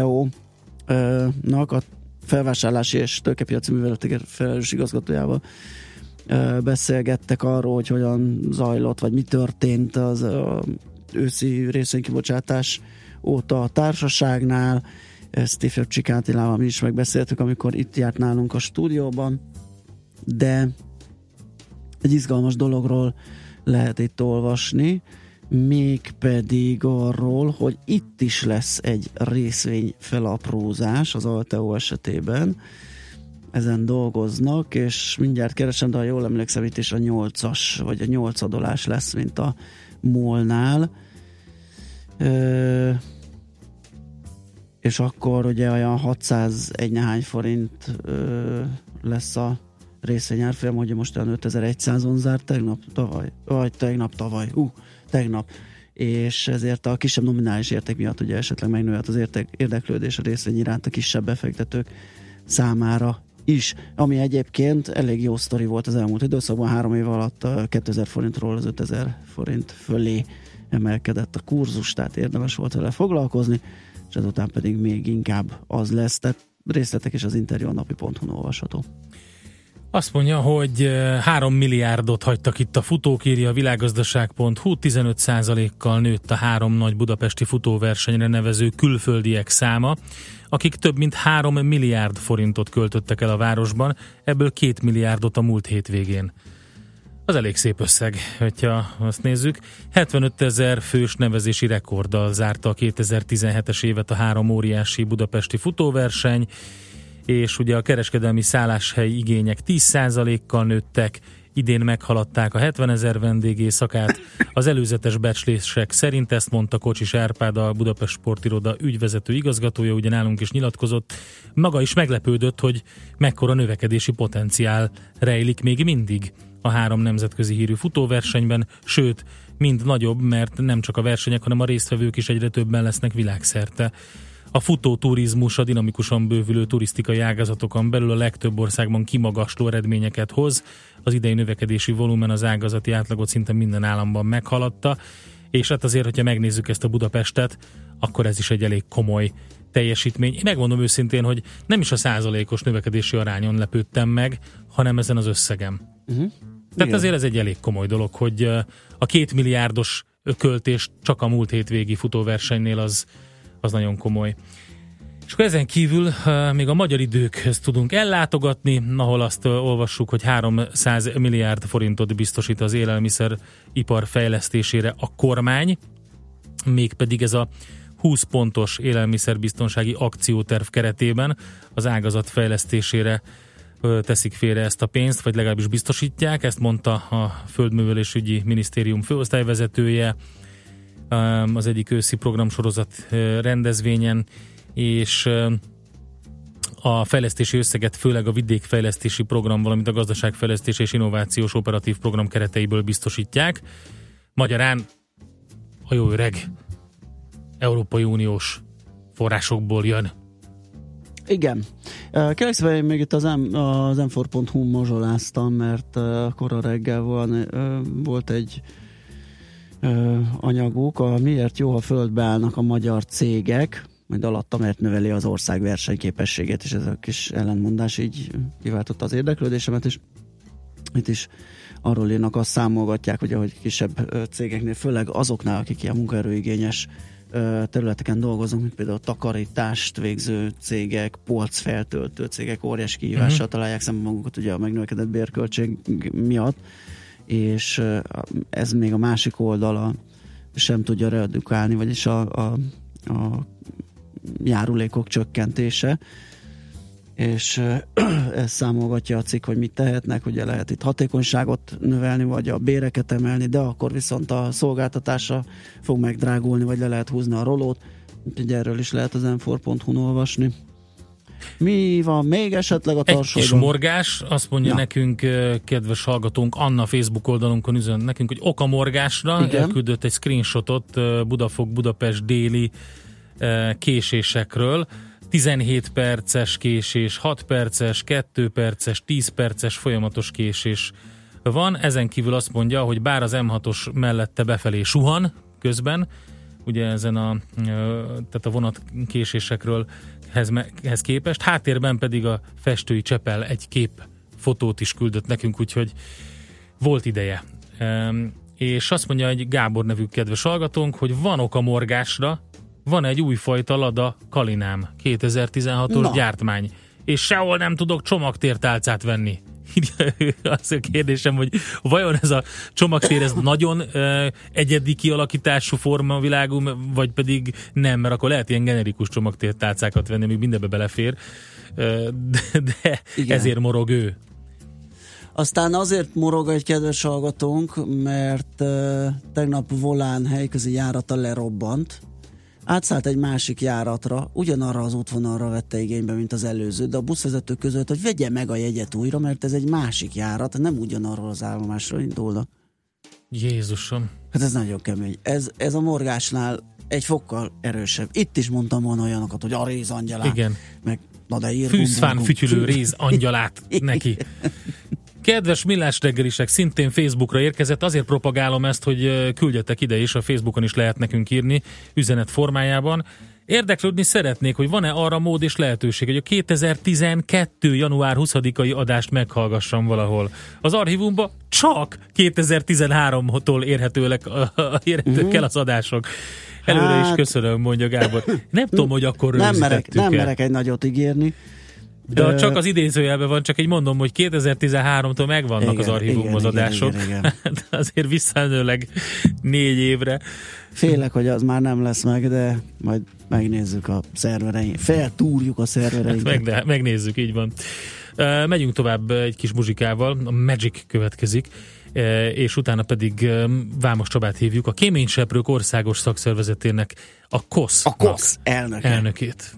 Alteo-nak a felvásárlási és tőkepiaci műveletek felelős igazgatójával beszélgettek arról, hogy hogyan zajlott, vagy mi történt az őszi részvénykibocsátás óta a társaságnál. Ezt ifjabb Csikántilával mi is megbeszéltük, amikor itt járt nálunk a stúdióban, de egy izgalmas dologról lehet itt olvasni, mégpedig arról, hogy itt is lesz egy részvény felaprózás az Alteo esetében. Ezen dolgoznak, és mindjárt keresem, de ha jól emlékszem, itt is a 8-as, vagy a 8-adolás lesz, mint a MOL-nál. És akkor ugye olyan 601 nehány forint lesz a részvényárfolyam, hogy most olyan 5100-on zárt tegnap, és ezért a kisebb nominális érték miatt ugye esetleg megnőhet az érdeklődés a részvény iránt a kisebb befektetők számára is, ami egyébként elég jó sztori volt az elmúlt időszakban, 3 év alatt a 2000 forintról az 5000 forint fölé emelkedett a kurzus, tehát érdemes volt vele foglalkozni, és ezután pedig még inkább az lesz, tehát részletek és az interjú a napi.hu-n olvasható. Azt mondja, hogy 3 milliárdot hagytak itt a futók, írja a világgazdaság.hu, 15%-kal nőtt a 3 nagy budapesti futóversenyre nevező külföldiek száma, akik több mint 3 milliárd forintot költöttek el a városban, ebből 2 milliárdot a múlt hétvégén. Az elég szép összeg, hogyha azt nézzük. 75 000 fős nevezési rekorddal zárta a 2017-es évet a 3 óriási budapesti futóverseny, és ugye a kereskedelmi szálláshelyi igények 10%-kal nőttek, idén meghaladták a 70 000 vendég éjszakát. Az előzetes becslések szerint, ezt mondta Kocsis Árpád, a Budapest Sportiroda ügyvezető igazgatója, ugye nálunk is nyilatkozott, maga is meglepődött, hogy mekkora növekedési potenciál rejlik még mindig a 3 nemzetközi hírű futóversenyben, sőt, mind nagyobb, mert nem csak a versenyek, hanem a résztvevők is egyre többen lesznek világszerte. A futóturizmus a dinamikusan bővülő turisztikai ágazatokon belül a legtöbb országban kimagasló eredményeket hoz. Az idei növekedési volumen az ágazati átlagot szinte minden államban meghaladta, és hát azért, hogyha megnézzük ezt a Budapestet, akkor ez is egy elég komoly teljesítmény. Én megmondom őszintén, hogy nem is a százalékos növekedési arányon lepődtem meg, hanem ezen az összegem. Tehát azért ez egy elég komoly dolog, hogy a 2 milliárdos költés csak a múlt hétvégi futóversenynél az nagyon komoly. És akkor ezen kívül még a Magyar Időkhöz tudunk ellátogatni, ahol azt olvassuk, hogy 300 milliárd forintot biztosít az élelmiszeripar fejlesztésére a kormány, mégpedig ez a 20 pontos élelmiszerbiztonsági akcióterv keretében az ágazat fejlesztésére teszik félre ezt a pénzt, vagy legalábbis biztosítják, ezt mondta a Földművelésügyi Minisztérium főosztályvezetője az egyik őszi programsorozat rendezvényen, és a fejlesztési összeget főleg a vidékfejlesztési program, valamint a gazdaságfejlesztés és innovációs operatív program kereteiből biztosítják. Magyarán a jó öreg Európai Uniós forrásokból jön. Igen. Kérlek szépen, én még itt az m4.hu mozsoláztam, mert kora reggel volt egy anyaguk, miért jó, ha földbe állnak a magyar cégek, majd alatta, mert növeli az ország versenyképességét, és ez a kis ellentmondás így kiváltotta az érdeklődésemet, és itt is arról írnak, azt számolgatják, ugye, hogy kisebb cégeknél, főleg azoknál, akik ilyen munkaerőigényes területeken dolgoznak, mint például takarítást végző cégek, polcfeltöltő cégek óriási kihívással találják szemben magukat ugye a megnövekedett bérköltség miatt, és ez még a másik oldala sem tudja redukálni, vagyis a járulékok csökkentése, és ez számolgatja a cikk, hogy mit tehetnek, ugye lehet itt hatékonyságot növelni, vagy a béreket emelni, de akkor viszont a szolgáltatásra fog megdrágulni, vagy le lehet húzni a rolót, úgyhogy erről is lehet az m4.hu-n olvasni. Mi van még esetleg a tarsolyban? Egy kis morgás, azt mondja nekünk kedves hallgatónk, Anna Facebook oldalunkon üzen nekünk, hogy ok a morgásra, elküldött egy screenshotot Budafok-Budapest déli késésekről, 17 perces késés, 6 perces, 2 perces, 10 perces folyamatos késés van. Ezen kívül azt mondja, hogy bár az M6-os mellette befelé suhan közben, ugye ezen tehát a vonatkésésekről ehhez képest, háttérben pedig a festői Csepel egy fotót is küldött nekünk, úgyhogy volt ideje. És azt mondja egy Gábor nevű kedves hallgatónk, hogy van ok a morgásra, van egy újfajta Lada Kalinám, 2016-os gyártmány, és sehol nem tudok csomagtértálcát venni. Az a kérdésem, hogy vajon ez a csomagtér, ez nagyon egyedi kialakítású formavilágú, vagy pedig nem, mert akkor lehet ilyen generikus csomagtértálcákat venni, még mindenbe belefér, de ezért morog ő. Aztán azért morog egy kedves hallgatónk, mert tegnap Volán helyközi járata lerobbant, átszállt egy másik járatra, ugyanarra az útvonalra vette igénybe, mint az előző, de a buszvezető között, hogy vegye meg a jegyet újra, mert ez egy másik járat, nem ugyanarról az állomásról indulnak. Jézusom! Hát ez nagyon kemény. Ez a morgásnál egy fokkal erősebb. Itt is mondtam volna olyanokat, hogy a rézangyalát. Igen. Meg, na de ír, fűszfán fütyülő rézangyalát neki. Kedves Millás reggelisek, szintén Facebookra érkezett, azért propagálom ezt, hogy küldjetek ide is, a Facebookon is lehet nekünk írni üzenet formájában. Érdeklődni szeretnék, hogy van-e arra mód és lehetőség, hogy a 2012. január 20-ai adást meghallgassam valahol. Az archívumban csak 2013-tól érhetők el az adások. Előre is köszönöm, mondja Gábor. Nem tudom, hogy akkor rögzítettük Nem merek egy nagyot ígérni. De csak az idézőjelben van, csak egy mondom, hogy 2013-tól megvannak az archívumozadások. Igen. De azért visszamenőleg 4 évre. Félek, hogy az már nem lesz meg, de majd megnézzük a szervereink. Feltúrjuk a szervereinket. Hát megnézzük, így van. Megyünk tovább egy kis muzsikával. A Magic következik, és utána pedig Vámos Csabát hívjuk, a Kéményseprők országos szakszervezetének a KOSZ elnökét.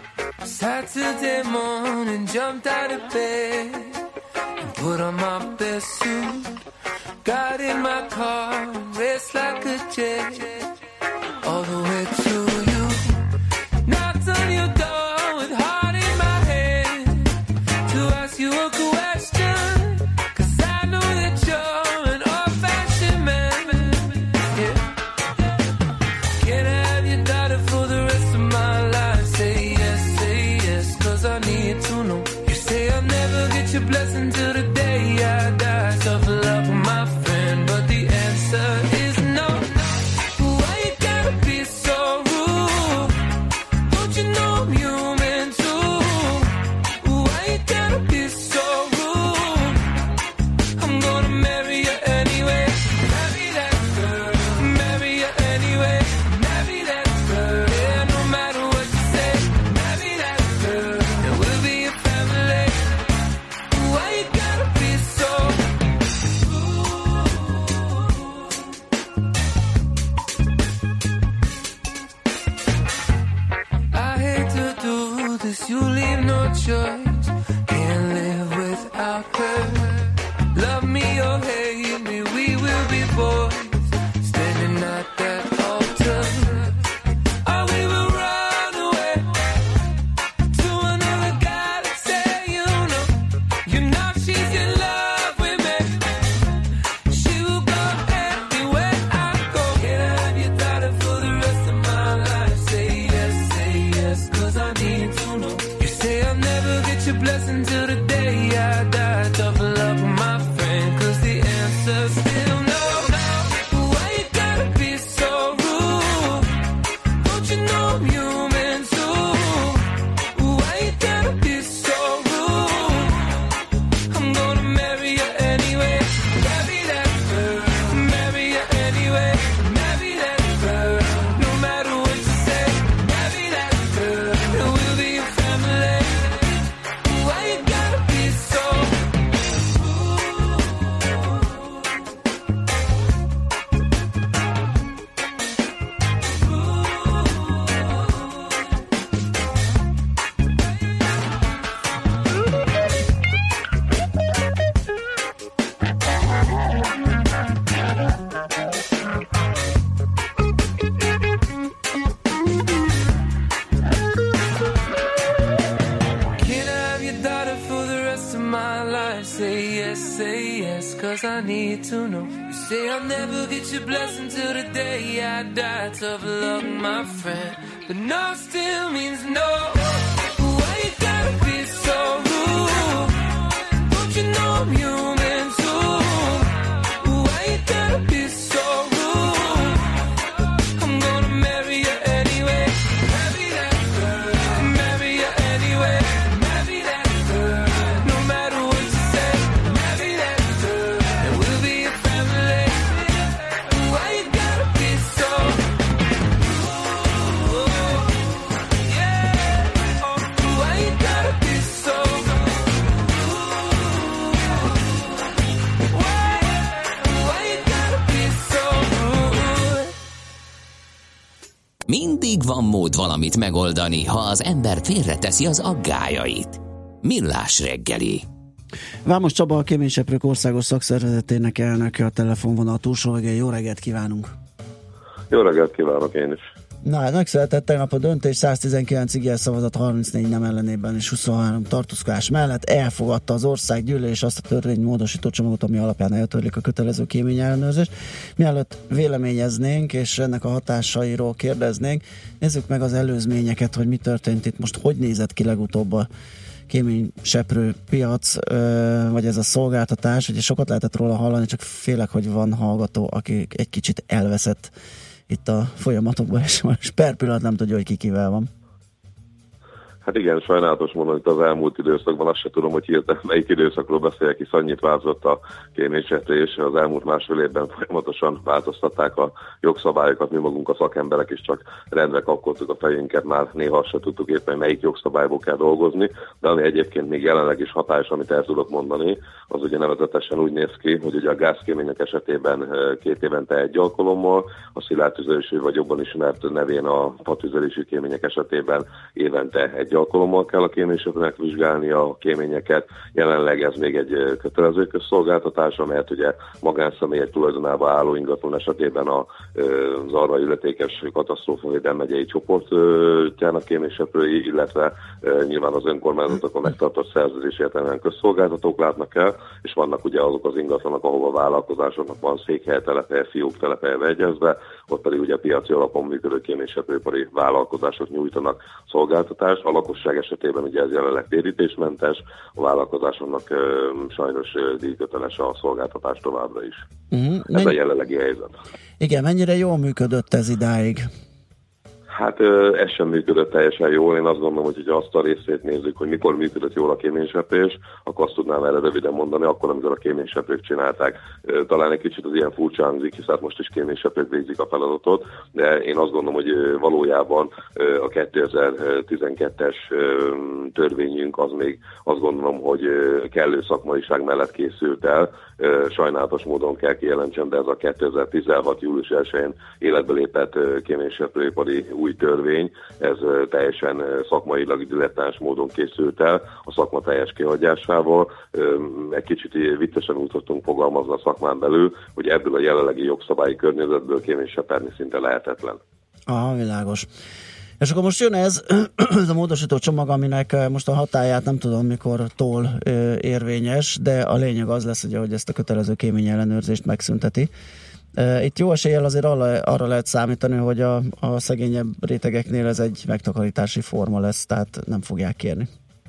Saturday morning, jumped out of bed and put on my best suit. Got in my car, raced like a jet, all the way to you. Knocked on your door with heart in my hand to ask you a question, 'cause I know that you're an old-fashioned man. Yeah. Can I have your daughter for the rest of my life? Say yes, 'cause I need to know. You say I'll never get your blessing till the day I die. Tough love for my friend, but the answer is no. Why you gotta be so rude? Don't you know I'm human too? Why you gotta be so rude? I'm gonna marry you anyway. Marry that girl. Marry you anyway. Marry that girl. Yeah, no matter what you say. Marry that girl. And we'll be a family. Why you gotta be so I hate to do this, you leave no choice. Can't live without her. Love me or hate me, we will be boys, standing at that altar. Or we will run away to another guy that say you know she's in love with me. She will go anywhere I go. Can I have your daughter for the rest of my life? Say yes, 'cause I need to know. You say I'll never get your blessing till the day I die. Tough love for my friend, 'cause the answer's still no. Why you gotta be so rude? Don't you know I'm human too? Why you gotta be so rude? I'm gonna marry you anyway. Marry that girl. Marry you anyway. Marry that girl. No matter what you say. Marry that girl. And we'll be a family. Why you gotta be so Can I have your daughter for the rest of my life? Say yes, 'cause I need to know. You say I'll never get your blessing till the day I die. Tough luck, my friend, but no still means no. Why you gotta be so rude? Don't you know I'm human too? Why you gotta be so rude? I'm gonna marry you anyway. Marry that girl. Marry you anyway. Marry that girl. No matter what you say. Marry that girl. And we'll be a family. Why you gotta be so yeah. Why you gotta be so Why you gotta be so rude? Mindig van mód valamit megoldani, ha az ember félreteszi az aggályait. Millás reggeli. Vámos Csaba, a Kéményseprők Országos Szakszervezetének elnöke a telefonvonal túlsó végén. Jó reggelt kívánunk! Jó reggelt kívánok én is! Na, megszületett tegnap a döntés, 119 igen szavazat, 34 nem ellenében és 23 tartózkodás mellett elfogadta az országgyűlés azt a törvénymódosító csomagot, ami alapján eltörlik a kötelező kéményellenőrzést. Mielőtt véleményeznénk és ennek a hatásairól kérdeznénk, nézzük meg az előzményeket, hogy mi történt itt most, hogy nézett ki legutóbb a kéményseprő piac, vagy ez a szolgáltatás. Ugye sokat lehetett róla hallani, csak félek, hogy van hallgató, aki egy kicsit elveszett itt a folyamatokban, és most per pillanat nem tudja, hogy ki kivel van. Hát igen, sajnálatos módon itt az elmúlt időszakban azt se tudom, hogy hirtelen melyik időszakról beszéljek, hisz annyit változott a kéményseprés, az elmúlt másfél évben folyamatosan változtatták a jogszabályokat, mi magunk a szakemberek is csak rendre kapkodtuk a fejünket, már néha azt se tudtuk éppen, melyik jogszabályból kell dolgozni, de ami egyébként még jelenleg is hatályos, amit el tudok mondani, az ugye nevezetesen úgy néz ki, hogy ugye a gázkémények esetében 2 évente egy alkalommal, a szilárd tüzelésű vagy jobban ismert nevén a fatüzelésű kémények esetében évente egy egy alkalommal kell a kéményseprőnek vizsgálni a kéményeket. Jelenleg ez még egy kötelező közszolgáltatás, amelyet ugye magánszemélyek tulajdonában álló ingatlan esetében az arra illetékes katasztrófavédelmi megyei csoportjának kéményseprői, illetve nyilván az önkormányzatokon megtartott szerződés értelemben közszolgáltatók látnak el, és vannak ugye azok az ingatlanok, ahol a vállalkozásoknak van székhely, telephely, fiók telephely beegyezve, ott pedig ugye piaci alapon működő kéményseprőipari vállalkozások nyújtanak szolgáltatást. A lakosság esetében ugye ez jelenleg térítésmentes, a vállalkozásoknak sajnos díjköteles a szolgáltatás továbbra is. Ez a jelenlegi helyzet. Igen, mennyire jól működött ez idáig? Hát ez sem működött teljesen jól. Én azt gondolom, hogy azt a részét nézzük, hogy mikor működött jól a kéményseprés, akkor azt tudnám erre röviden mondani, akkor, amikor a kéményseprők csinálták. Talán egy kicsit az ilyen furcsa hangzik, hiszen most is kéményseprők végzik a feladatot, de én azt gondolom, hogy valójában a 2012-es törvényünk az még azt gondolom, hogy kellő szakmaiság mellett készült el. Sajnálatos módon kell kijelentsem, de ez a 2016. július 1-én életbe lépett kéményseprőipari új törvény, ez teljesen szakmailag dilettáns módon készült el, a szakma teljes kihagyásával. Egy kicsit viccesen úgy tudtunk fogalmazni a szakmán belül, hogy ebből a jelenlegi jogszabályi környezetből kéményseperni szinte lehetetlen. Világos. És akkor most jön ez a módosító csomag, aminek most a hatályát nem tudom mikortól érvényes, de a lényeg az lesz, ugye, hogy ezt a kötelező kéményellenőrzést megszünteti. Itt jó eséllyel azért arra lehet számítani, hogy a szegényebb rétegeknél ez egy megtakarítási forma lesz, tehát nem fogják kérni.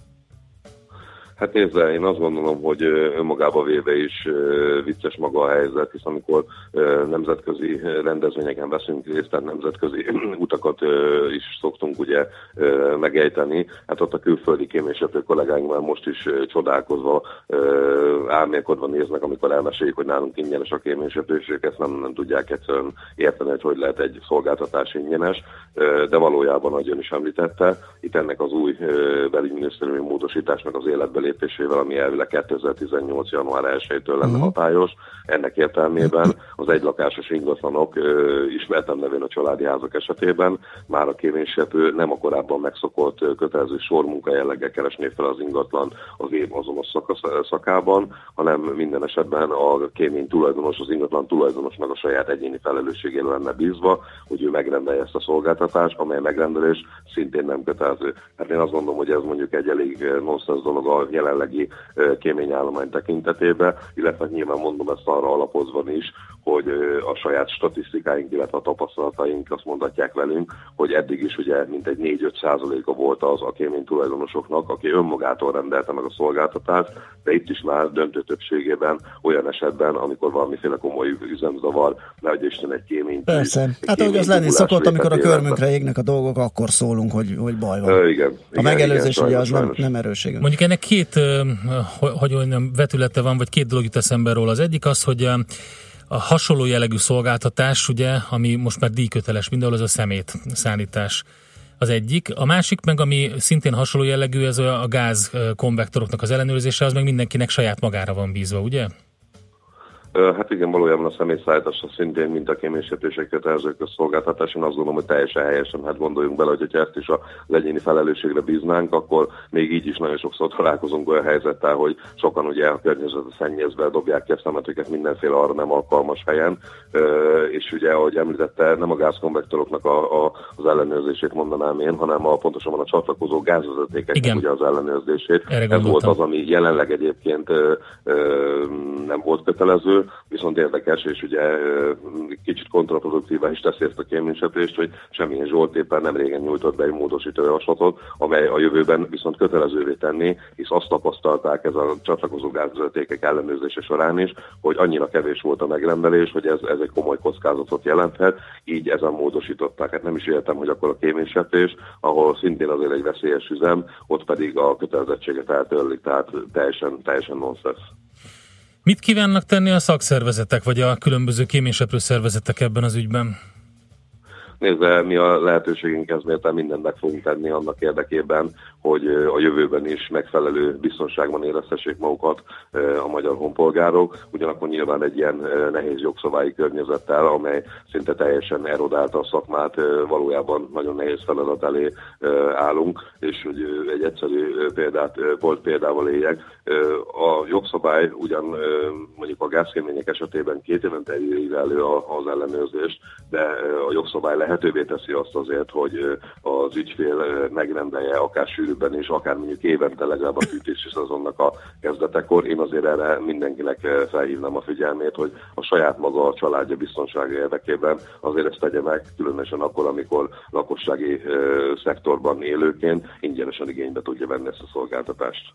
Hát nézze, én azt gondolom, hogy önmagába véve is vicces maga a helyzet, hisz amikor nemzetközi rendezvényeken veszünk részt, tehát nemzetközi utakat is szoktunk ugye megejteni, hát ott a külföldi kéményseprő kollégáink már most is csodálkozva, álmélkodva néznek, amikor elmeséljük, hogy nálunk ingyenes a kéményseprő, és ők ezt nem tudják egyszerűen érteni, hogy lehet egy szolgáltatás ingyenes, de valójában, ahogy ön is említette, itt ennek az új belügyminisztériumi módosításnak az életbe lépésével, ami elvileg 2018. január 1-től lenne hatályos. Ennek értelmében az egylakásos ingatlanok, ismertem nevén a családi házak esetében, már a kéményseprő nem a korábban megszokott kötelező sormunka jelleggel keresné fel az ingatlan az év azonos szakában, hanem minden esetben a kémény tulajdonos, az ingatlan tulajdonosnak a saját egyéni felelősségéről lenne bízva, hogy ő megrendelje ezt a szolgáltatást, amely megrendelés szintén nem kötelező. Hát én azt gondolom, hogy ez mondjuk egy elég nonsens dolog a jelenlegi kéményállomány tekintetében, illetve nyilván mondom ezt arra alapozva is, hogy a saját statisztikáink, illetve a tapasztalataink azt mondatják velünk, hogy eddig is ugye mintegy 4-5%-a volt az a kémény tulajdonosoknak, aki önmagától rendelte meg a szolgáltatást, de itt is már döntő többségében olyan esetben, amikor valamiféle komoly üzemzavar, nehogy Isten egy kémény. Persze, hát ahogy az lenni szokott, amikor a körmünkre égnek a dolgok, akkor szólunk, hogy baj van. Igen, a megelőzés ugye az nem erősségünk. Mondjuk ennek két vetülete van, vagy két dolog jut eszembe róla. Az egyik az, hogy a hasonló jellegű szolgáltatás, ugye, ami most már díjköteles mindenhol, az a szemétszállítás az egyik. A másik meg, ami szintén hasonló jellegű, ez a gázkonvektoroknak az ellenőrzése, az meg mindenkinek saját magára van bízva, ugye? Hát igen, valójában a személyszállításra szintén, mint a kéményseprések kötelező közszolgáltatás, én azt gondolom, hogy teljesen helyesen, hát gondoljunk bele, hogy ezt is az egyéni felelősségre bíznánk, akkor még így is nagyon sokszor találkozunk olyan helyzettel, hogy sokan ugye a környezetet szennyezve dobják ki a szemetüket mindenféle arra nem alkalmas helyen, és ugye, ahogy említette, nem a gázkonvektoroknak az ellenőrzését mondanám én, hanem pontosabban a csatlakozó gázvezetékeknek ugye az ellenőrzését. Ez volt az, ami jelenleg egyébként nem volt kötelező, viszont érdekes, és ugye kicsit kontraproduktívá is teszi ezt a kéményseprést, hogy Semjén Zsolt éppen nem régen nyújtott be egy módosító javaslatot, amely a jövőben viszont kötelezővé tenni, hisz azt tapasztalták ez a csatlakozó gázvezetékek ellenőrzése során is, hogy annyira kevés volt a megrendelés, hogy ez egy komoly kockázatot jelenthet, így ezen módosították. Hát nem is értem, hogy akkor a kéményseprés, ahol szintén azért egy veszélyes üzem, ott pedig a kötelezettséget eltörlik, tehát teljesen nonsens. Mit kívánnak tenni a szakszervezetek, vagy a különböző kéményseprő szervezetek ebben az ügyben? Nézve, mi a lehetőségünkhez mérten mindent meg fogunk tenni annak érdekében, hogy a jövőben is megfelelő biztonságban érezhessék magukat a magyar honpolgárok, ugyanakkor nyilván egy ilyen nehéz jogszabályi környezettel, amely szinte teljesen erodálta a szakmát, valójában nagyon nehéz feladat elé állunk, és hogy egy egyszerű példával éljek. A jogszabály ugyan mondjuk a gázkémények esetében 2 évente írja elő az ellenőrzést, de a jogszabály lehetővé teszi azt azért, hogy az ügyfél megrendelje akár sűrűbben és akár mondjuk évente legalább a fűtési szezonnak a kezdetekor. Én azért erre mindenkinek felhívnám a figyelmét, hogy a saját maga a családja biztonsága érdekében azért ezt tegye meg, különösen akkor, amikor lakossági szektorban élőként ingyenesen igénybe tudja venni ezt a szolgáltatást.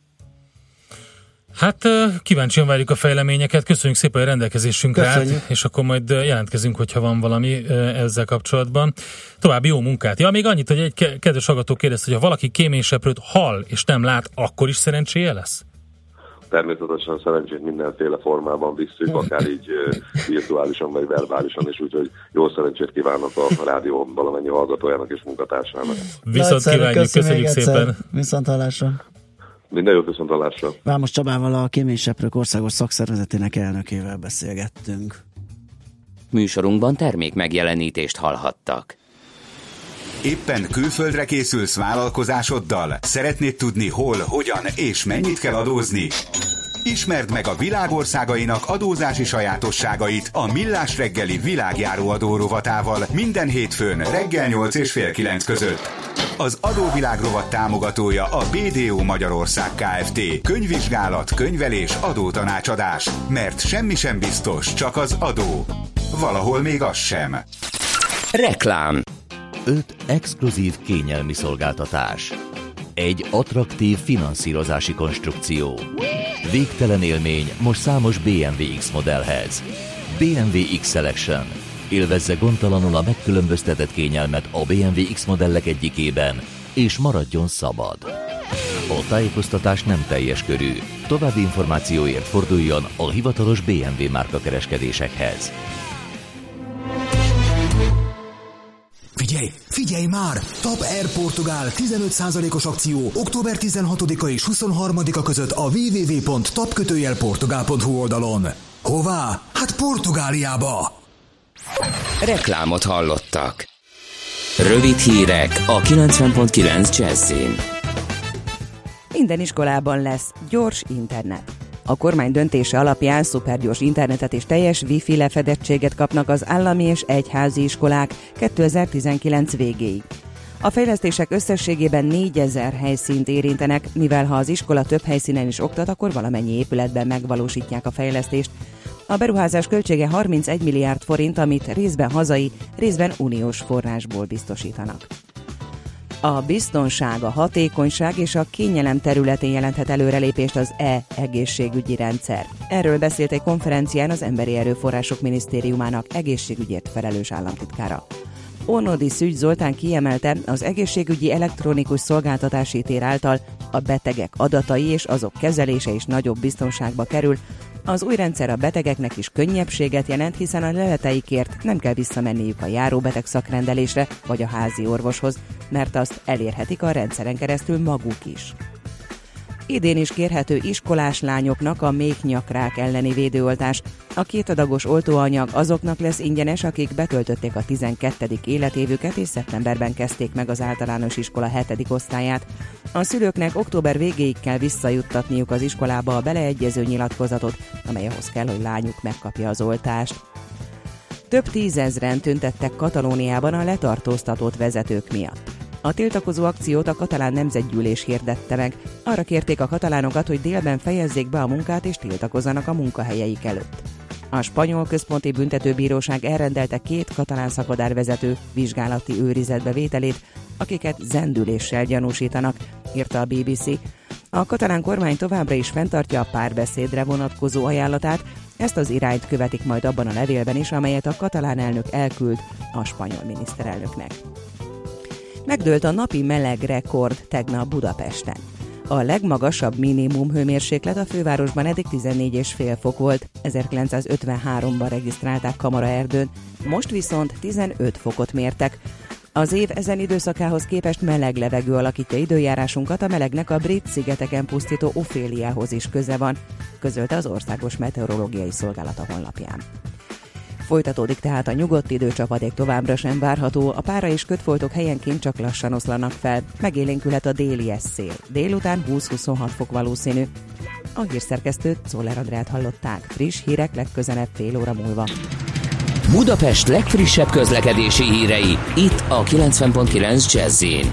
Hát kíváncsian várjuk a fejleményeket, köszönjük szépen, hogy rendelkezésünkre állt, és akkor majd jelentkezünk, hogyha van valami ezzel kapcsolatban. További jó munkát. Ja, még annyit, hogy egy kedves hallgató kérdezte, hogy ha valaki kéményseprőt hall és nem lát, akkor is szerencséje lesz? Természetesen szerencsét mindenféle formában visszük, akár így virtuálisan vagy verbálisan is, úgyhogy jó szerencsét kívánok a rádió valamennyi hallgatójának és munkatársának. Viszont kívánjuk, köszönjük szépen! Viszonthallásra! Minden jót, viszonthallásra! Vámos Csabával, a Kéményseprők Országos Szakszervezetének elnökével beszélgettünk. Műsorunkban termék megjelenítést hallhattak. Éppen külföldre készülsz vállalkozásoddal? Szeretnéd tudni hol, hogyan és mennyit kell adózni? Ismerd meg a világ országainak adózási sajátosságait a Millás reggeli világjáró adó rovatával minden hétfőn reggel 8 és fél 9 között. Az adóvilág rovat támogatója a BDO Magyarország Kft. Könyvvizsgálat, könyvelés, adótanácsadás. Mert semmi sem biztos, csak az adó. Valahol még az sem. Reklám. 5 exkluzív kényelmi szolgáltatás. Egy attraktív finanszírozási konstrukció. Végtelen élmény most számos BMW X modellhez. BMW X Selection. Élvezze gondtalanul a megkülönböztetett kényelmet a BMW X modellek egyikében, és maradjon szabad. A tájékoztatás nem teljes körű. További információért forduljon a hivatalos BMW márkakereskedésekhez. Figyelj már! Top Air Portugál 15%-os akció október 16-a és 23-a között a www.top-portugál.hu oldalon. Hová? Hát Portugáliába! Reklámot hallottak. Rövid hírek a 90.9 Jazzin. Minden iskolában lesz gyors internet. A kormány döntése alapján szupergyors internetet és teljes wifi lefedettséget kapnak az állami és egyházi iskolák 2019 végéig. A fejlesztések összességében 4000 helyszínt érintenek, mivel ha az iskola több helyszínen is oktat, akkor valamennyi épületben megvalósítják a fejlesztést. A beruházás költsége 31 milliárd forint, amit részben hazai, részben uniós forrásból biztosítanak. A biztonság, a hatékonyság és a kényelem területén jelenthet előrelépést az e-egészségügyi rendszer. Erről beszélt egy konferencián az Emberi Erőforrások Minisztériumának egészségügyért felelős államtitkára. Ornodi Szűcs Zoltán kiemelte, az egészségügyi elektronikus szolgáltatási tér által a betegek adatai és azok kezelése is nagyobb biztonságba kerül. Az új rendszer a betegeknek is könnyebbséget jelent, hiszen a leleteikért nem kell visszamenniük a járóbeteg szakrendelésre vagy a házi orvoshoz, mert azt elérhetik a rendszeren keresztül maguk is. Idén is kérhető iskolás lányoknak a méhnyakrák elleni védőoltás. A 2 adagos oltóanyag azoknak lesz ingyenes, akik betöltötték a 12. életévüket és szeptemberben kezdték meg az általános iskola 7. osztályát. A szülőknek október végéig kell visszajuttatniuk az iskolába a beleegyező nyilatkozatot, amely ahhoz kell, hogy lányuk megkapja az oltást. Több 10 000-en tüntettek Katalóniában a letartóztatott vezetők miatt. A tiltakozó akciót a katalán nemzetgyűlés hirdette meg. Arra kérték a katalánokat, hogy délben fejezzék be a munkát és tiltakozzanak a munkahelyeik előtt. A spanyol központi büntetőbíróság elrendelte 2 katalán szakadárvezető vizsgálati őrizetbe vételét, akiket zendüléssel gyanúsítanak, írta a BBC. A katalán kormány továbbra is fenntartja a párbeszédre vonatkozó ajánlatát, ezt az irányt követik majd abban a levélben is, amelyet a katalán elnök elküld a spanyol miniszterelnöknek. Megdőlt a napi meleg rekord tegnap Budapesten. A legmagasabb minimum hőmérséklet a fővárosban eddig 14,5 fok volt. 1953-ban regisztrálták Kamaraerdőn, most viszont 15 fokot mértek. Az év ezen időszakához képest meleg levegő alakítja időjárásunkat, a melegnek a brit szigeteken pusztító Ophéliához is köze van, közölte az Országos Meteorológiai Szolgálat a honlapján. Folytatódik tehát a nyugodt idő, csapadék továbbra sem várható, a pára és kötfoltok helyenként csak lassan oszlanak fel, megélénkülhet a déli szél. Délután 20-26 fok valószínű. A hírszerkesztőt, Czoller Andrát hallották. Friss hírek legközelebb fél óra múlva. Budapest legfrissebb közlekedési hírei, itt a 90.9 Jazz-in.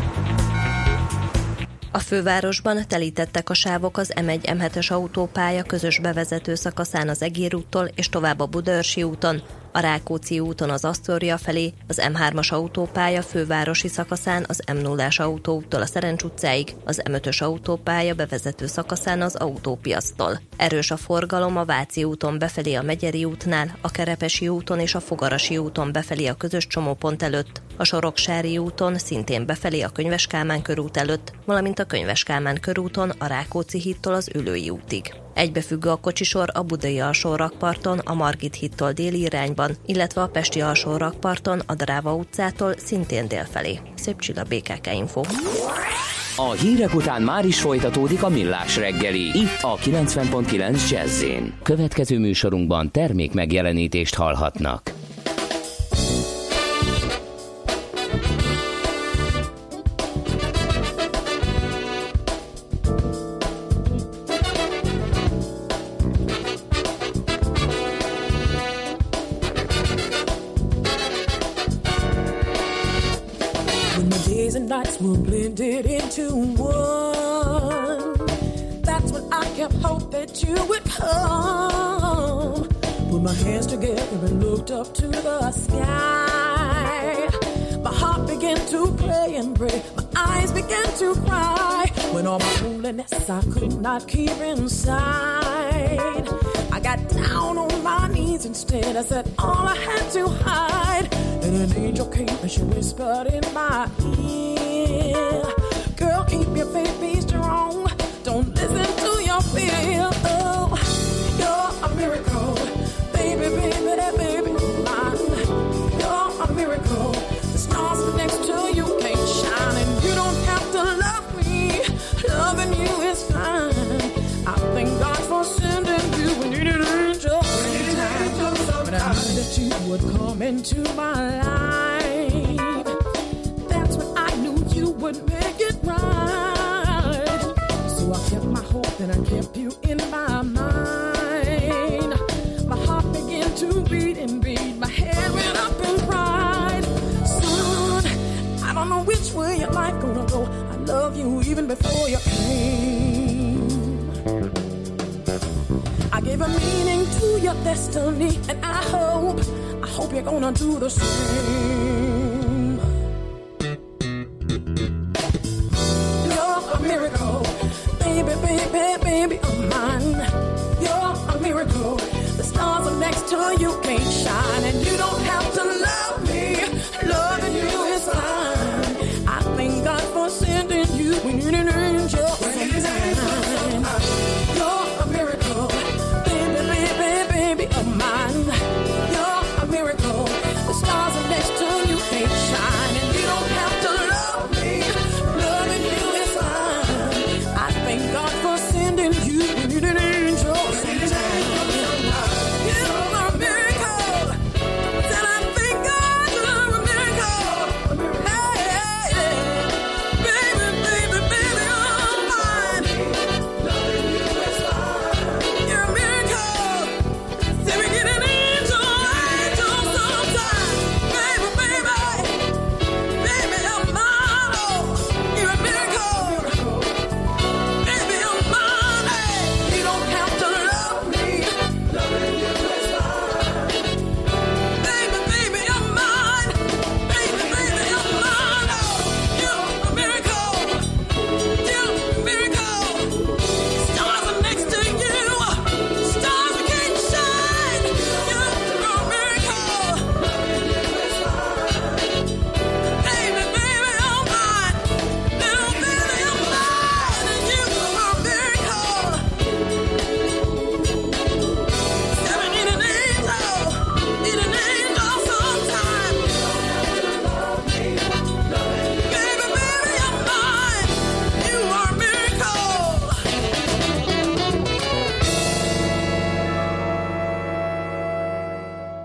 A fővárosban telítettek a sávok az M1-M7-es autópálya közös bevezető szakaszán az Egér úttól és tovább a Budaörsi úton, a Rákóczi úton az Asztória felé, az M3-as autópálya fővárosi szakaszán az M0-as autóúttól a Szerencs utcáig, az M5-ös autópálya bevezető szakaszán az Autópiasztól. Erős a forgalom a Váci úton befelé a Megyeri útnál, a Kerepesi úton és a Fogarasi úton befelé a közös csomópont előtt, a Soroksári úton szintén befelé a Könyves Kálmán körút előtt, valamint a Könyves Kálmán körúton a Rákóczi hídtól az Üllői útig. Egybefüggő a kocsisor a Budai alsórakparton a Margit hídtól déli irányban, illetve a Pesti alsórakparton a Dráva utcától szintén délfelé. Szép Csilla, BKK Info. A hírek után már is folytatódik a Millás reggeli, itt a 90.9 Jazz-in. Következő műsorunkban termék megjelenítést hallhatnak. Nights were blended into one. That's when I kept hope that you would come. Put my hands together and looked up to the sky. My heart began to pray and pray. My eyes began to cry. When all my loneliness I could not keep inside, I got down on my knees instead. I said all I had to hide. And an angel came and she whispered in my ear, girl, keep your faith, be strong. Don't listen to your fear. Oh, you're a miracle. Baby, baby, that baby mine. You're a miracle. The stars are next to you can't shine. And you don't have to love me. Loving you is fine. I thank God for sending you when you need an angel. When I knew that you would come into my life, that's when I knew you would make it right. So I kept my hope and I kept you in my mind. My heart began to beat and beat. My head went up in pride. Son, I don't know which way your life gonna go. I love you even before you came. I gave a meaning to your destiny, and I hope you're gonna do the same. You're a miracle, baby, baby, baby of mine. You're a miracle. The stars are next to you can't shine, and you don't have to love me. Loving you is fine. I thank God for sending you when you're an angel. You're a miracle. Baby of mine, you're a miracle. The stars are next to you can't shine, and you don't have to love me. Loving you is fine. I thank God for sending you an angel. You're a miracle.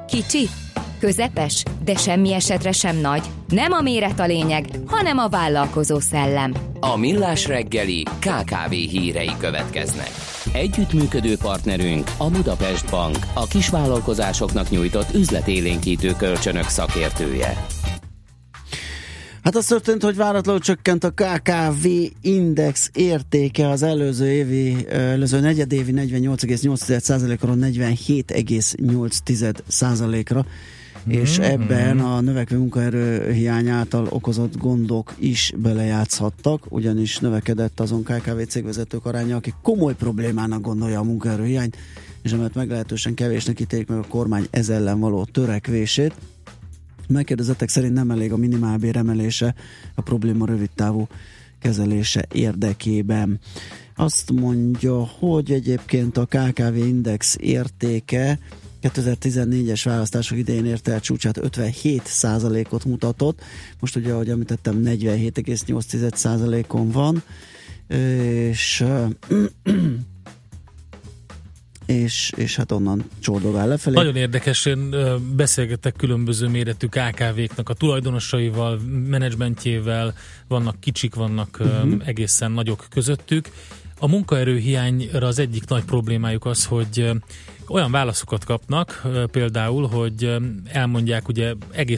Kicsi? Közepes? De semmi esetre sem nagy. Nem a méret a lényeg, hanem a vállalkozó szellem. A Millás reggeli KKV hírei következnek. Együttműködő partnerünk a Budapest Bank, a kisvállalkozásoknak nyújtott üzletélénkítő kölcsönök szakértője. Hát az történt, hogy váratlanul csökkent a KKV index értéke az előző negyedévi 48,8%-ról 47,8%-ra, és ebben a növekvő munkaerő hiány által okozott gondok is belejátszhattak, ugyanis növekedett azon KKV cégvezetők aránya, akik komoly problémának gondolja a munkaerő hiányt, és amelyet meglehetősen kevésnek ítélik meg a kormány ez ellen való törekvését. Megkérdezettek szerint nem elég a minimálbér emelése a probléma rövidtávú kezelése érdekében. Azt mondja, hogy egyébként a KKV index értéke 2014-es választások idején érte el csúcsát, 57%-ot mutatott. Most ugye, ahogy említettem, 47,8%-on van, és hát onnan csordogál lefelé. Nagyon érdekes, én beszélgetek különböző méretű KKV-knak a tulajdonosaival, menedzsmentjével, vannak kicsik, vannak egészen nagyok közöttük. A munkaerőhiányra az egyik nagy problémájuk az, hogy olyan válaszokat kapnak, például, hogy elmondják, ugye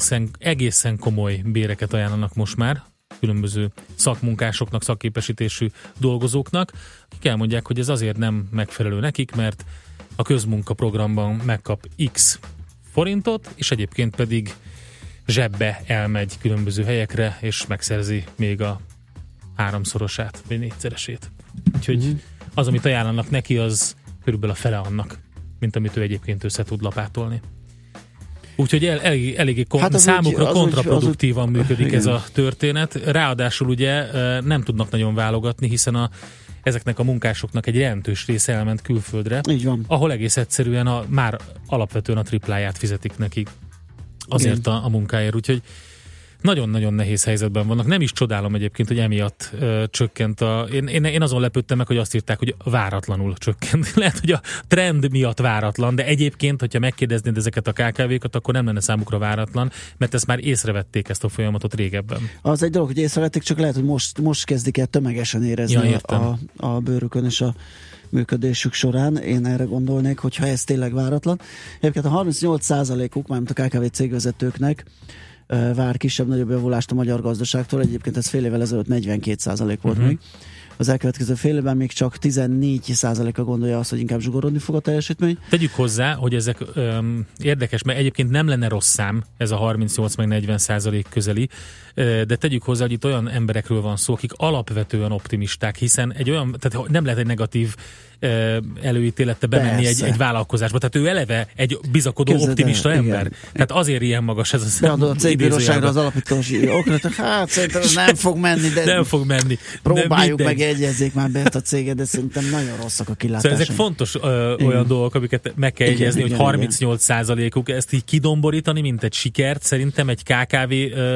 egészen komoly béreket ajánlanak most már különböző szakmunkásoknak, szakképesítésű dolgozóknak, akik elmondják, hogy ez azért nem megfelelő nekik, mert a közmunkaprogramban megkap X forintot, és egyébként pedig zsebbe elmegy különböző helyekre, és megszerzi még a 3-szorosát, vagy 4-szeresét. Úgyhogy az, amit ajánlanak neki, az körülbelül a fele annak, mint amit ő egyébként össze tud lapátolni. Úgyhogy eléggé számukra kontraproduktívan működik ez a történet. Ráadásul ugye nem tudnak nagyon válogatni, hiszen ezeknek a munkásoknak egy jelentős része elment külföldre, ahol egész egyszerűen már alapvetően a tripláját fizetik nekik azért a munkáért. Úgyhogy nagyon-nagyon nehéz helyzetben vannak. Nem is csodálom egyébként, hogy emiatt csökkent én azon lepődtem meg, hogy azt írták, hogy váratlanul csökkent. Lehet, hogy a trend miatt váratlan, de egyébként, hogyha megkérdeznéd ezeket a KKV-kat, akkor nem lenne számukra váratlan, mert ezt már észrevették, ezt a folyamatot régebben. Az egy dolog, hogy észrevették, csak lehet, hogy most kezdik el tömegesen érezni a bőrükön és a működésük során. Én erre gondolnék, hogyha ez tényleg váratlan. Egyébként a 38%-uk, mármint a KKV cégvezetőknek vár kisebb-nagyobb javulást a magyar gazdaságtól. Egyébként ez fél évvel ezelőtt 42% volt még. Az elkövetkező fél évben még csak 14%-a gondolja azt, hogy inkább zsugorodni fog a teljesítmény. Tegyük hozzá, hogy ezek érdekes, mert egyébként nem lenne rossz szám, ez a 38-40% közeli, de tegyük hozzá, hogy itt olyan emberekről van szó, akik alapvetően optimisták, hiszen tehát nem lehet egy negatív előítélette bemenni egy vállalkozásba. Tehát ő eleve egy bizakodó, optimista ember. Igen. Tehát azért ilyen magas ez a szám. Beadod a cégbíróságra az alapítási okrat, hát szerintem ez nem fog menni, de nem fog menni. Próbáljuk meg, egyezzék már be a céget, de szerintem nagyon rosszak a kilátások. Szóval ezek fontos olyan dolgok, amiket meg kell egyezni, hogy 38%-uk ezt így kidomborítani, mint egy sikert, szerintem egy KKV.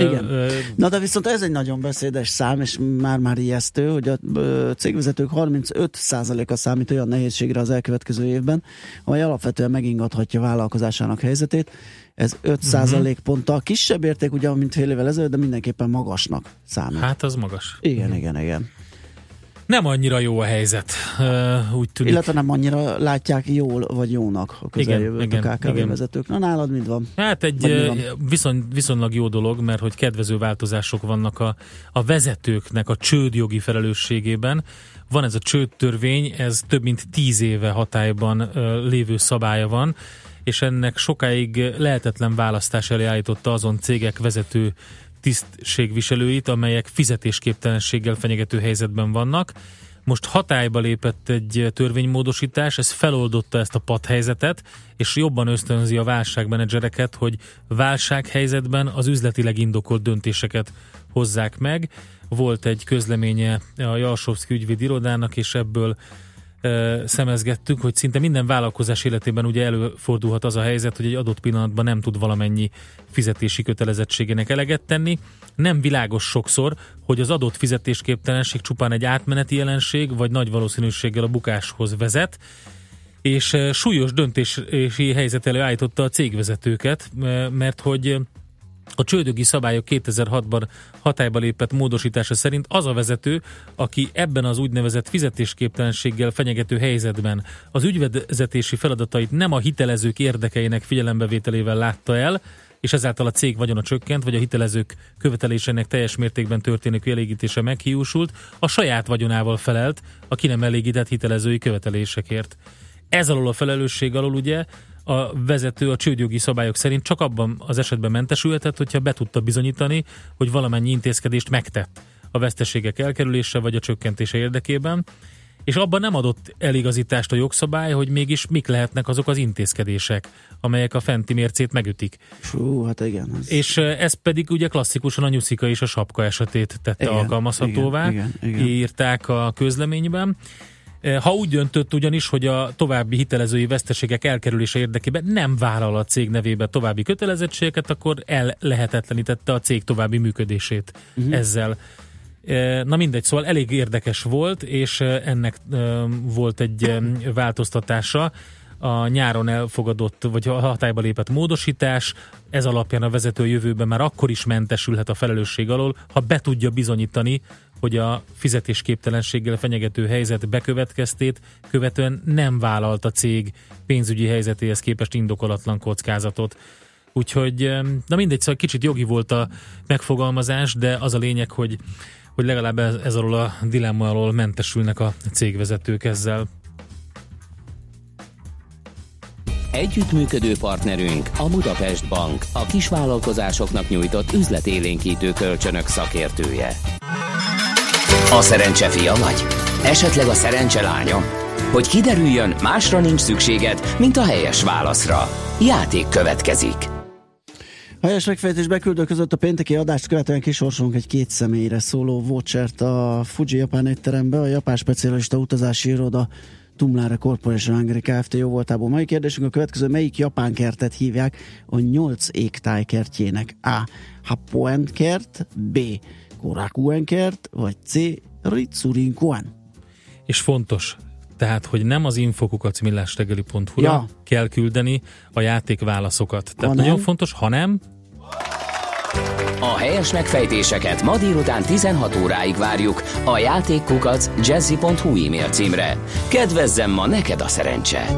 Na de viszont ez egy nagyon beszédes szám, és már ijesztő, hogy a cégvezetők 35%-a számít olyan nehézségre az elkövetkező évben, amely alapvetően megingathatja vállalkozásának helyzetét. Ez 5% ponttal kisebb érték ugye, mint fél évvel ezelőtt, de mindenképpen magasnak számít. Hát az magas. Igen. Nem annyira jó a helyzet, úgy tűnik. Illetve nem annyira látják jól vagy jónak a közeljövőt a KKV vezetők. Na nálad mit van? Hát egy viszonylag jó dolog, mert hogy kedvező változások vannak a vezetőknek a csődjogi felelősségében. Van ez a csődtörvény, ez több mint 10 éve hatályban lévő szabálya van, és ennek sokáig lehetetlen választás elé állította azon cégek vezető tisztségviselőit, amelyek fizetésképtelenséggel fenyegető helyzetben vannak. Most hatályba lépett egy törvénymódosítás, ez feloldotta ezt a padhelyzetet, és jobban ösztönzi a válságmenedzsereket, hogy válsághelyzetben az üzletileg indokolt döntéseket hozzák meg. Volt egy közleménye a Jalsovszky ügyvéd irodának, és ebből szemezgettük, hogy szinte minden vállalkozás életében ugye előfordulhat az a helyzet, hogy egy adott pillanatban nem tud valamennyi fizetési kötelezettségének eleget tenni. Nem világos sokszor, hogy az adott fizetésképtelenség csupán egy átmeneti jelenség, vagy nagy valószínűséggel a bukáshoz vezet, és súlyos döntési helyzet elő állította a cégvezetőket, mert hogy a csődögi szabályok 2006-ban hatályba lépett módosítása szerint az a vezető, aki ebben az úgynevezett fizetésképtelenséggel fenyegető helyzetben az ügyvezetési feladatait nem a hitelezők érdekeinek figyelembevételével látta el, és ezáltal a cég vagyona csökkent, vagy a hitelezők követelésének teljes mértékben történő kielégítése meghiúsult, a saját vagyonával felelt a ki nem elégített hitelezői követelésekért. Ez alól a felelősség alól ugye a vezető a csődjogi szabályok szerint csak abban az esetben mentesülhetett, hogyha be tudta bizonyítani, hogy valamennyi intézkedést megtett a veszteségek elkerülése vagy a csökkentése érdekében, és abban nem adott eligazítást a jogszabály, hogy mégis mik lehetnek azok az intézkedések, amelyek a fenti mércét megütik. Hát igen. És ez pedig ugye klasszikusan a nyuszika és a sapka esetét tette igen, alkalmazhatóvá, igen. Írták a közleményben. Ha úgy döntött ugyanis, hogy a további hitelezői veszteségek elkerülése érdekében nem vállal a cég nevébe további kötelezettségeket, akkor ellehetetlenítette a cég további működését ezzel. Na mindegy, szóval elég érdekes volt, és ennek volt egy változtatása. A nyáron elfogadott, vagy a hatályba lépett módosítás, ez alapján a vezető jövőben már akkor is mentesülhet a felelősség alól, ha be tudja bizonyítani, hogy a fizetésképtelenséggel fenyegető helyzet bekövetkeztét követően nem vállalt a cég pénzügyi helyzetéhez képest indokolatlan kockázatot. Úgyhogy, na mindegy, szóval kicsit jogi volt a megfogalmazás, de az a lényeg, hogy legalább ez alól a dilemma alól mentesülnek a cégvezetők ezzel. Együttműködő partnerünk a Budapest Bank, a kisvállalkozásoknak nyújtott üzletélénkítő kölcsönök szakértője. A szerencse fia vagy? Esetleg a szerencse lánya? Hogy kiderüljön, másra nincs szükséged, mint a helyes válaszra. Játék következik. Helyes megfejtés beküldő között a pénteki adást követően kisorsolunk egy 2 személyre szóló vouchert a Fuji Japán étterembe, a japán specialista utazási iroda Tumlare Corporation Hungary Kft. Jóvoltából. Mai kérdésünk a következő: melyik japán kertet hívják a 8 égtáj kertjének? A. Happuen kert, B. Korakuen kert, vagy C. Ritsurinkuan. És fontos, tehát, hogy nem az info@millásreggeli.hu-ra kell küldeni a játékválaszokat. Tehát nagyon fontos, ha nem... A helyes megfejtéseket ma délután 16 óráig várjuk a játékkukac@jazzy.hu e-mail címre. Kedvezzem ma neked a szerencse!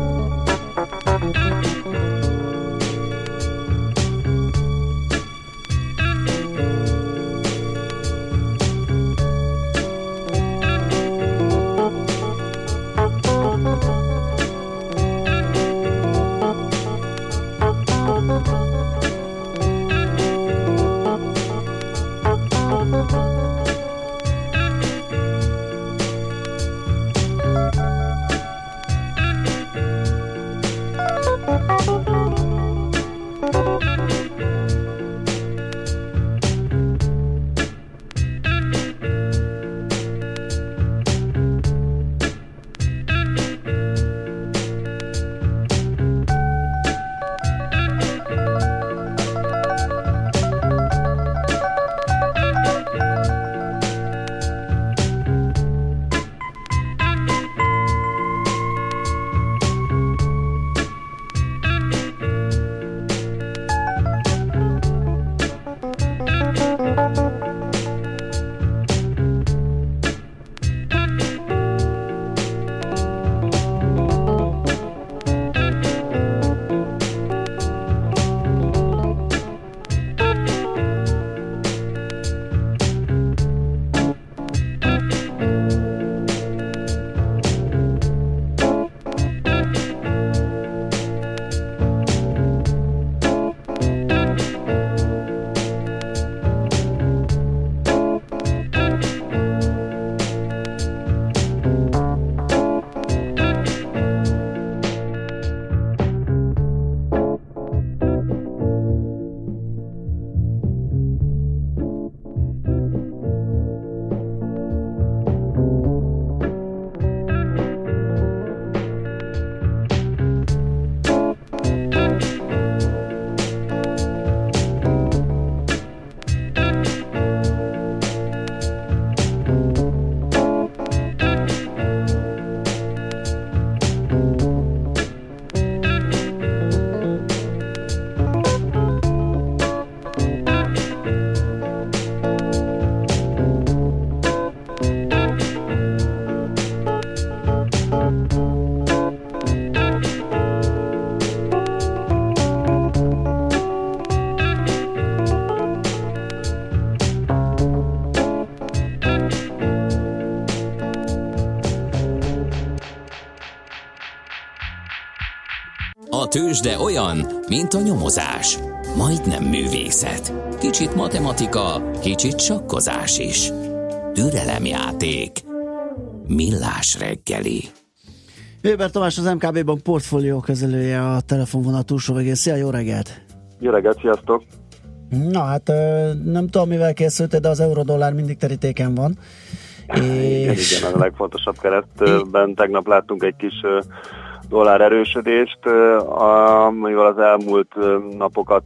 A tőzsde olyan, mint a nyomozás. Majdnem művészet. Kicsit matematika, kicsit sakkozás is. Türelemjáték. Millás reggeli. Weber Tamás, az MKB Bank portfólió kezelője a telefonvonal túlsó végén. Szia, jó reggelt! Jó reggelt, sziasztok! Na hát nem tudom, mivel készülted, de az euró-dollár mindig terítéken van. Igen, a legfontosabb keretben tegnap láttunk egy kis dollár erősödést, amivel az elmúlt napokat,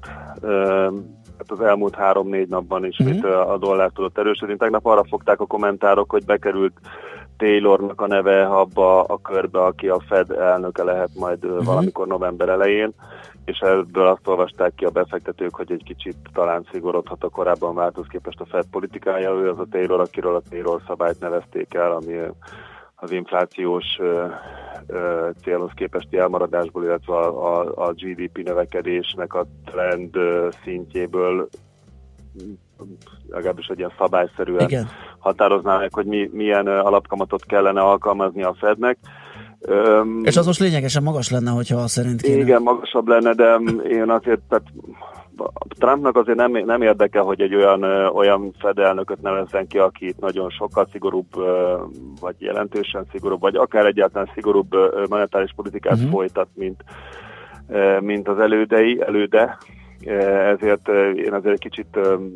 az elmúlt 3-4 napban ismét a dollár tudott erősödni. Tegnap arra fogták a kommentárok, hogy bekerült Taylornak a neve abba a körbe, aki a Fed elnöke lehet majd valamikor november elején, és ebből azt olvasták ki a befektetők, hogy egy kicsit talán szigorodhat a korábban változó képest a Fed politikája. Ő az a Taylor, akiről a Taylor szabályt nevezték el, ami az inflációs célhoz képesti elmaradásból, illetve a GDP növekedésnek a trend szintjéből legalábbis egy ilyen szabályszerűen határozná meg, hogy milyen alapkamatot kellene alkalmazni a Fednek. És az most lényegesen magas lenne, hogyha azt szerint kéne. Igen, magasabb lenne, de én azért, tehát Trumpnak azért nem érdekel, hogy egy olyan Fed elnököt nevezzen ki, aki itt nagyon sokkal szigorúbb, vagy jelentősen szigorúbb, vagy akár egyáltalán szigorúbb monetáris politikát folytat, mint az előde. Ezért én azért egy kicsit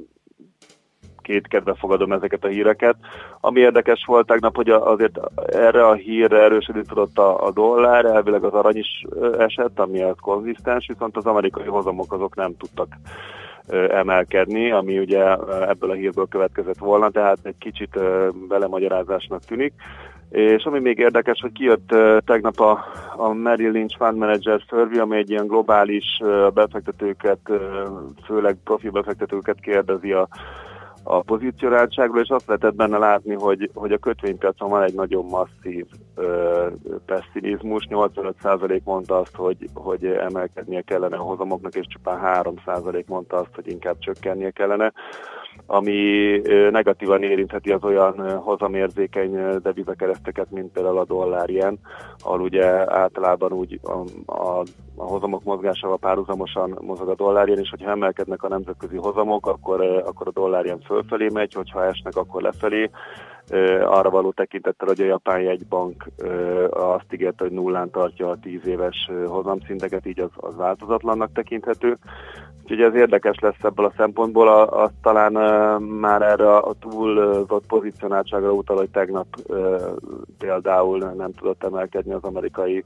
kétkedve fogadom ezeket a híreket. Ami érdekes volt tegnap, hogy azért erre a hírre erősödni tudott a dollár, elvileg az arany is esett, ami az konzisztens, viszont az amerikai hozamok azok nem tudtak emelkedni, ami ugye ebből a hírből következett volna, tehát egy kicsit belemagyarázásnak tűnik. És ami még érdekes, hogy kijött tegnap a Merrill Lynch Fund Manager Survey, ami egy ilyen globális befektetőket, főleg profi befektetőket kérdezi a pozícionáltságról, és azt lehetett benne látni, hogy a kötvénypiacon van egy nagyon masszív pessimizmus. 85% mondta azt, hogy emelkednie kellene a hozamoknak, és csupán 3% mondta azt, hogy inkább csökkennie kellene, ami negatívan érintheti az olyan hozamérzékeny devizakereszteket, mint például a dollár-jen, ahol ugye általában úgy a hozamok mozgásával párhuzamosan mozog a dollár-jen, és hogyha emelkednek a nemzetközi hozamok, akkor a dollár-jen fölfelé megy, hogyha esnek, akkor lefelé. Arra való tekintettel, hogy a japán jegybank azt ígérte, hogy nullán tartja a 10 éves hozamszinteket, így az változatlannak tekinthető. Úgyhogy ez érdekes lesz ebből a szempontból, az talán már erre a túlzott pozícionáltságra utal, hogy tegnap például nem tudott emelkedni az amerikai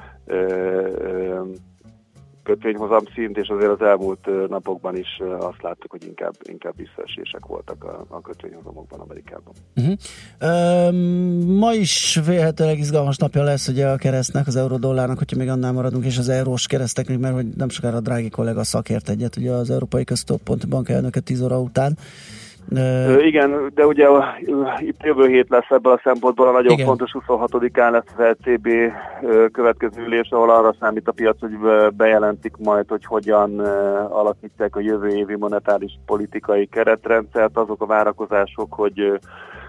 kötvényhozam szint, és azért az elmúlt napokban is azt láttuk, hogy inkább visszaesések voltak a kötvényhozamokban Amerikában. Ma is vélhetőleg izgalmas napja lesz ugye a keresztnek, az euró-dollárnak, hogyha még annál maradunk, és az eurós kereszteknek, mert hogy nem sokára a Drági kollega szakért egyet, ugye az Európai Központi Bank elnöke 10 óra után. Igen, de ugye itt jövő hét lesz ebből a szempontból a nagyon fontos 26-án lesz az ECB következő ülés, ahol arra számít a piac, hogy bejelentik majd, hogy hogyan alakítják a jövő évi monetáris politikai keretrendszert. Azok a várakozások, hogy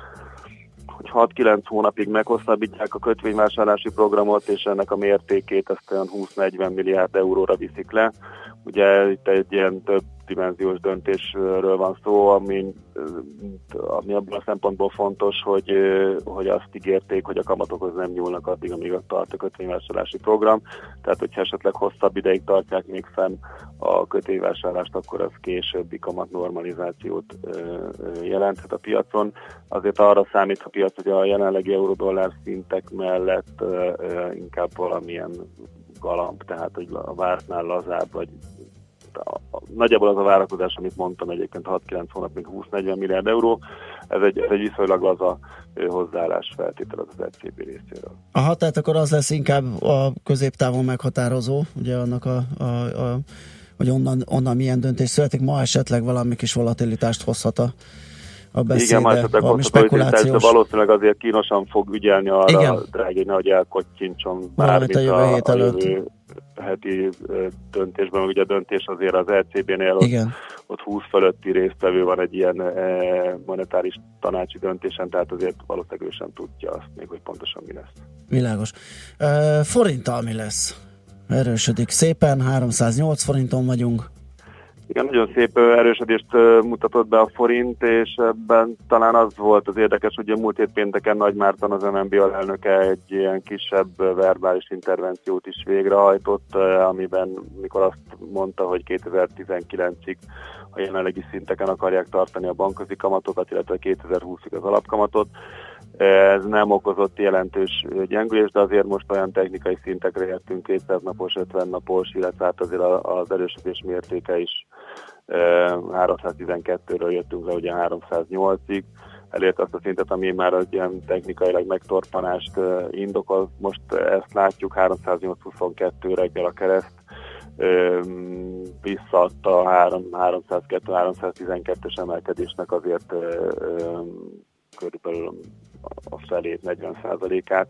6-9 hónapig meghosszabbítják a kötvényvásárlási programot, és ennek a mértékét ezt olyan 20-40 milliárd euróra viszik le. Ugye itt egy ilyen több dimenziós döntésről van szó, ami abban a szempontból fontos, hogy azt ígérték, hogy a kamatokhoz nem nyúlnak addig, amíg tart a kötvényvásárlási program. Tehát, hogyha esetleg hosszabb ideig tartják még fenn a kötvényvásárlást, akkor az későbbi kamatnormalizációt jelenthet a piacon. Azért arra számít a piac, hogy a jelenlegi euró-dollár szintek mellett inkább valamilyen galamb, tehát hogy a vártnál lazább, vagy nagyjából az a várakozás, amit mondtam egyébként 6-9 hónap, még 20-40 milliárd euró, ez egy viszonylag laza hozzáállás feltétel az ECB részéről. Aha, tehát akkor az lesz inkább a középtávon meghatározó, ugye annak hogy onnan milyen döntés születik, ma esetleg valami kis volatilitást hozhat a beszéde, igen, ma esetleg spekulációs. De valószínűleg azért kínosan fog ügyelni arra, drági, nehogy elkottyincson bármit a jövő heti döntésben, meg ugye a döntés azért az ECB-nél ott 20 fölötti résztvevő van egy ilyen monetáris tanácsi döntésen, tehát azért valószínűleg ő sem tudja azt még, hogy pontosan mi lesz. Világos. Forinttal mi lesz? erősödik szépen, 308 forinton vagyunk. Igen, nagyon szép erősödést mutatott be a forint, és ebben talán az volt az érdekes, hogy a múlt hét pénteken Nagy Márton, az MNB alelnöke egy ilyen kisebb verbális intervenciót is végrehajtott, amiben mikor azt mondta, hogy 2019-ig a jelenlegi szinteken akarják tartani a bankközi kamatokat, illetve 2020-ig az alapkamatot. Ez nem okozott jelentős gyengülést, de azért most olyan technikai szintekre értünk, 200 napos, 50 napos, illetve hát azért az erősödés mértéke is 312-ről jöttünk le ugye 308-ig, elért azt a szintet, ami már egy ilyen technikailag megtorpanást indokol. Most ezt látjuk, 308-22 reggel a kereszt, visszaadta a 302-312-es emelkedésnek azért körülbelül a felét, 40%-át.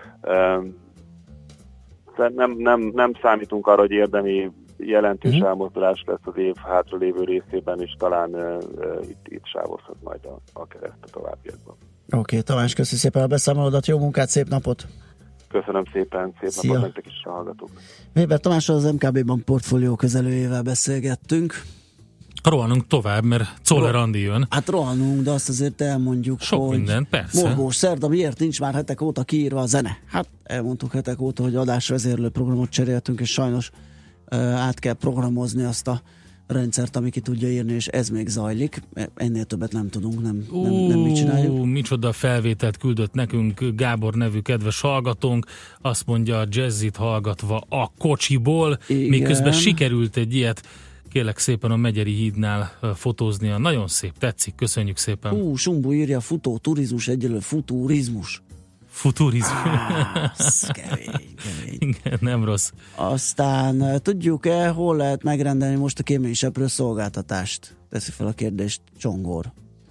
Nem számítunk arra, hogy érdemi jelentős elmozdulás lesz az év hátralévő részében, és talán itt sávozhat majd a kereszt a továbbiakban. Oké, Tamás, köszi szépen a beszámolódat, jó munkát, szép napot! Köszönöm szépen, szép napot nektek is, a hallgatók! Weber Tamással, az MKB-ban portfólió kezelőjével beszélgettünk. Rohanunk tovább, mert Czoller Andi jön. Hát rohanunk, de azt azért elmondjuk, sok hogy minden, persze. Morgós szerda, miért nincs már hetek óta kiírva a zene? Hát elmondtuk hetek óta, hogy adásvezérlő programot cseréltünk, és sajnos át kell programozni azt a rendszert, ami ki tudja írni, és ez még zajlik. Ennél többet nem tudunk, nem mit csináljuk. Micsoda felvételt küldött nekünk Gábor nevű kedves hallgatónk, azt mondja, a jazzit hallgatva a kocsiból, miközben sikerült egy ilyet, kérlek szépen, a Megyeri hídnál fotóznia. Nagyon szép, tetszik, köszönjük szépen. Sumbu írja, futóturizmus egyelő futurizmus. Futurizmus. Kemény. Igen, nem rossz. Aztán tudjuk-e, hol lehet megrendelni most a kéményseprő szolgáltatást? Teszi fel a kérdést Csongor.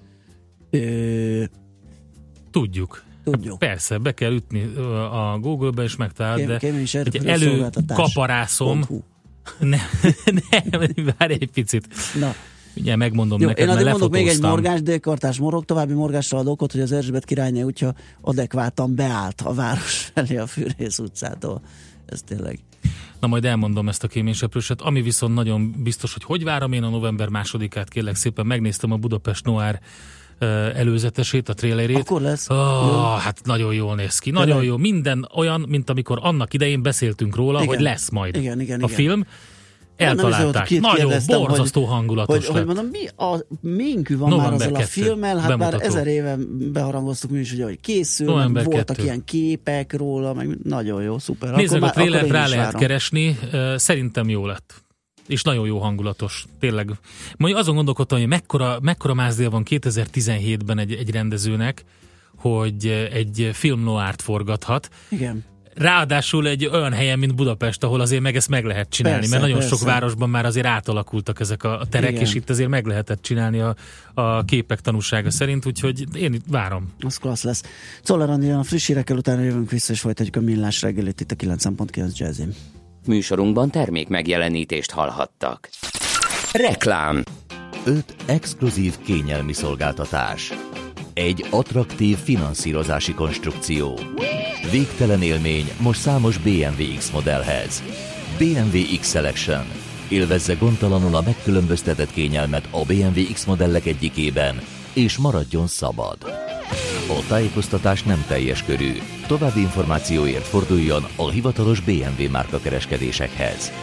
Tudjuk. Persze, be kell ütni a Google-be, és megtalálod, de előkaparászom. Nem, várj egy picit. Na. Ugye megmondom neked, én mert mondok még egy lefotóztam. morgás, délkartás morog, további morgásra ad okot, hogy az Erzsébet királyné útja adekvátan beállt a város felé a Fűrész utcától. Ez tényleg. Na majd elmondom ezt a kéményseprőset, ami viszont nagyon biztos, hogy várom én a november 2-át, kérlek szépen, megnéztem a Budapest Noir előzetesét, a trailerét. Akkor lesz. Hát nagyon jól néz ki. Nagyon jó. Minden olyan, mint amikor annak idején beszéltünk róla, hogy lesz majd igen. a film. Eltalálták. Nagyon borzasztó hangulatos lett. Hogy mondom, mi a minkű van november már azzal a filmmel, hát bemutató. Már 1000 éve beharangoztuk mi is, hogy készül, meg voltak ilyen képek róla, meg nagyon jó, szuper. Nézd meg a trailert, rá lehet keresni, szerintem jó lett. És nagyon jó hangulatos, tényleg. Majd azon gondolkodtam, hogy mekkora mázdél van 2017-ben egy rendezőnek, hogy egy film noirt forgathat. Igen. Ráadásul egy olyan helyen, mint Budapest, ahol azért ezt meg lehet csinálni, persze, mert nagyon sok városban már azért átalakultak ezek a terek, igen. És itt azért meg lehetett csinálni a képek tanúsága szerint, úgyhogy én itt várom. Az klassz lesz. Czoller Andi, a friss hírekkel utána jövünk vissza, és folytatjuk a Millás reggelit itt a 9.9 Jazzin. Műsorunkban termék megjelenítést hallhattak. Reklám. 5 exkluzív kényelmi szolgáltatás. Egy attraktív finanszírozási konstrukció. Végtelen élmény most számos BMW X modellhez. BMW X-Selection. Élvezze gondtalanul a megkülönböztetett kényelmet a BMW X modellek egyikében, és maradjon szabad. A tájékoztatás nem teljes körű. További információért forduljon a hivatalos BMW márka kereskedésekhez.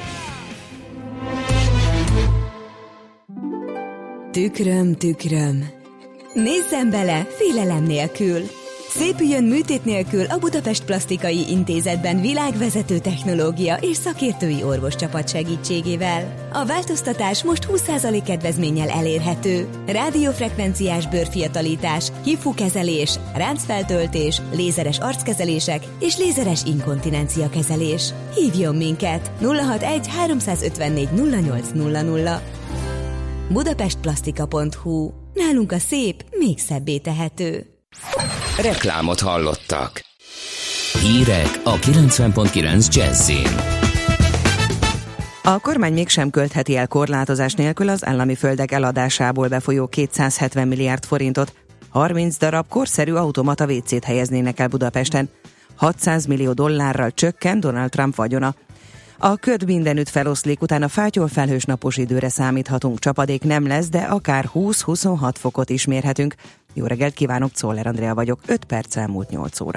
Tükröm, tükröm. Nézzem bele, félelem nélkül. Szépüljön műtét nélkül a Budapest Plasztikai Intézetben világvezető technológia és szakértői orvoscsapat segítségével. A változtatás most 20% kedvezménnyel elérhető. Rádiófrekvenciás bőrfiatalítás, HIFU-kezelés, ráncfeltöltés, lézeres arckezelések és lézeres inkontinencia kezelés. Hívjon minket 061 354 0800. budapestplasztika.hu. Nálunk a szép még szebbé tehető. Reklámot hallottak. Hírek a 90.9 Jazzin. A kormány mégsem költheti el korlátozás nélkül az állami földek eladásából befolyó 270 milliárd forintot. 30 darab korszerű automata WC-t helyeznének el Budapesten. $600 millió csökken Donald Trump vagyona. A köd mindenütt feloszlik, utána fátyol-felhős napos időre számíthatunk. Csapadék nem lesz, de akár 20-26 fokot is mérhetünk. Jó reggelt kívánok, Czoller Andrea vagyok, 5 perc elmúlt 8 óra.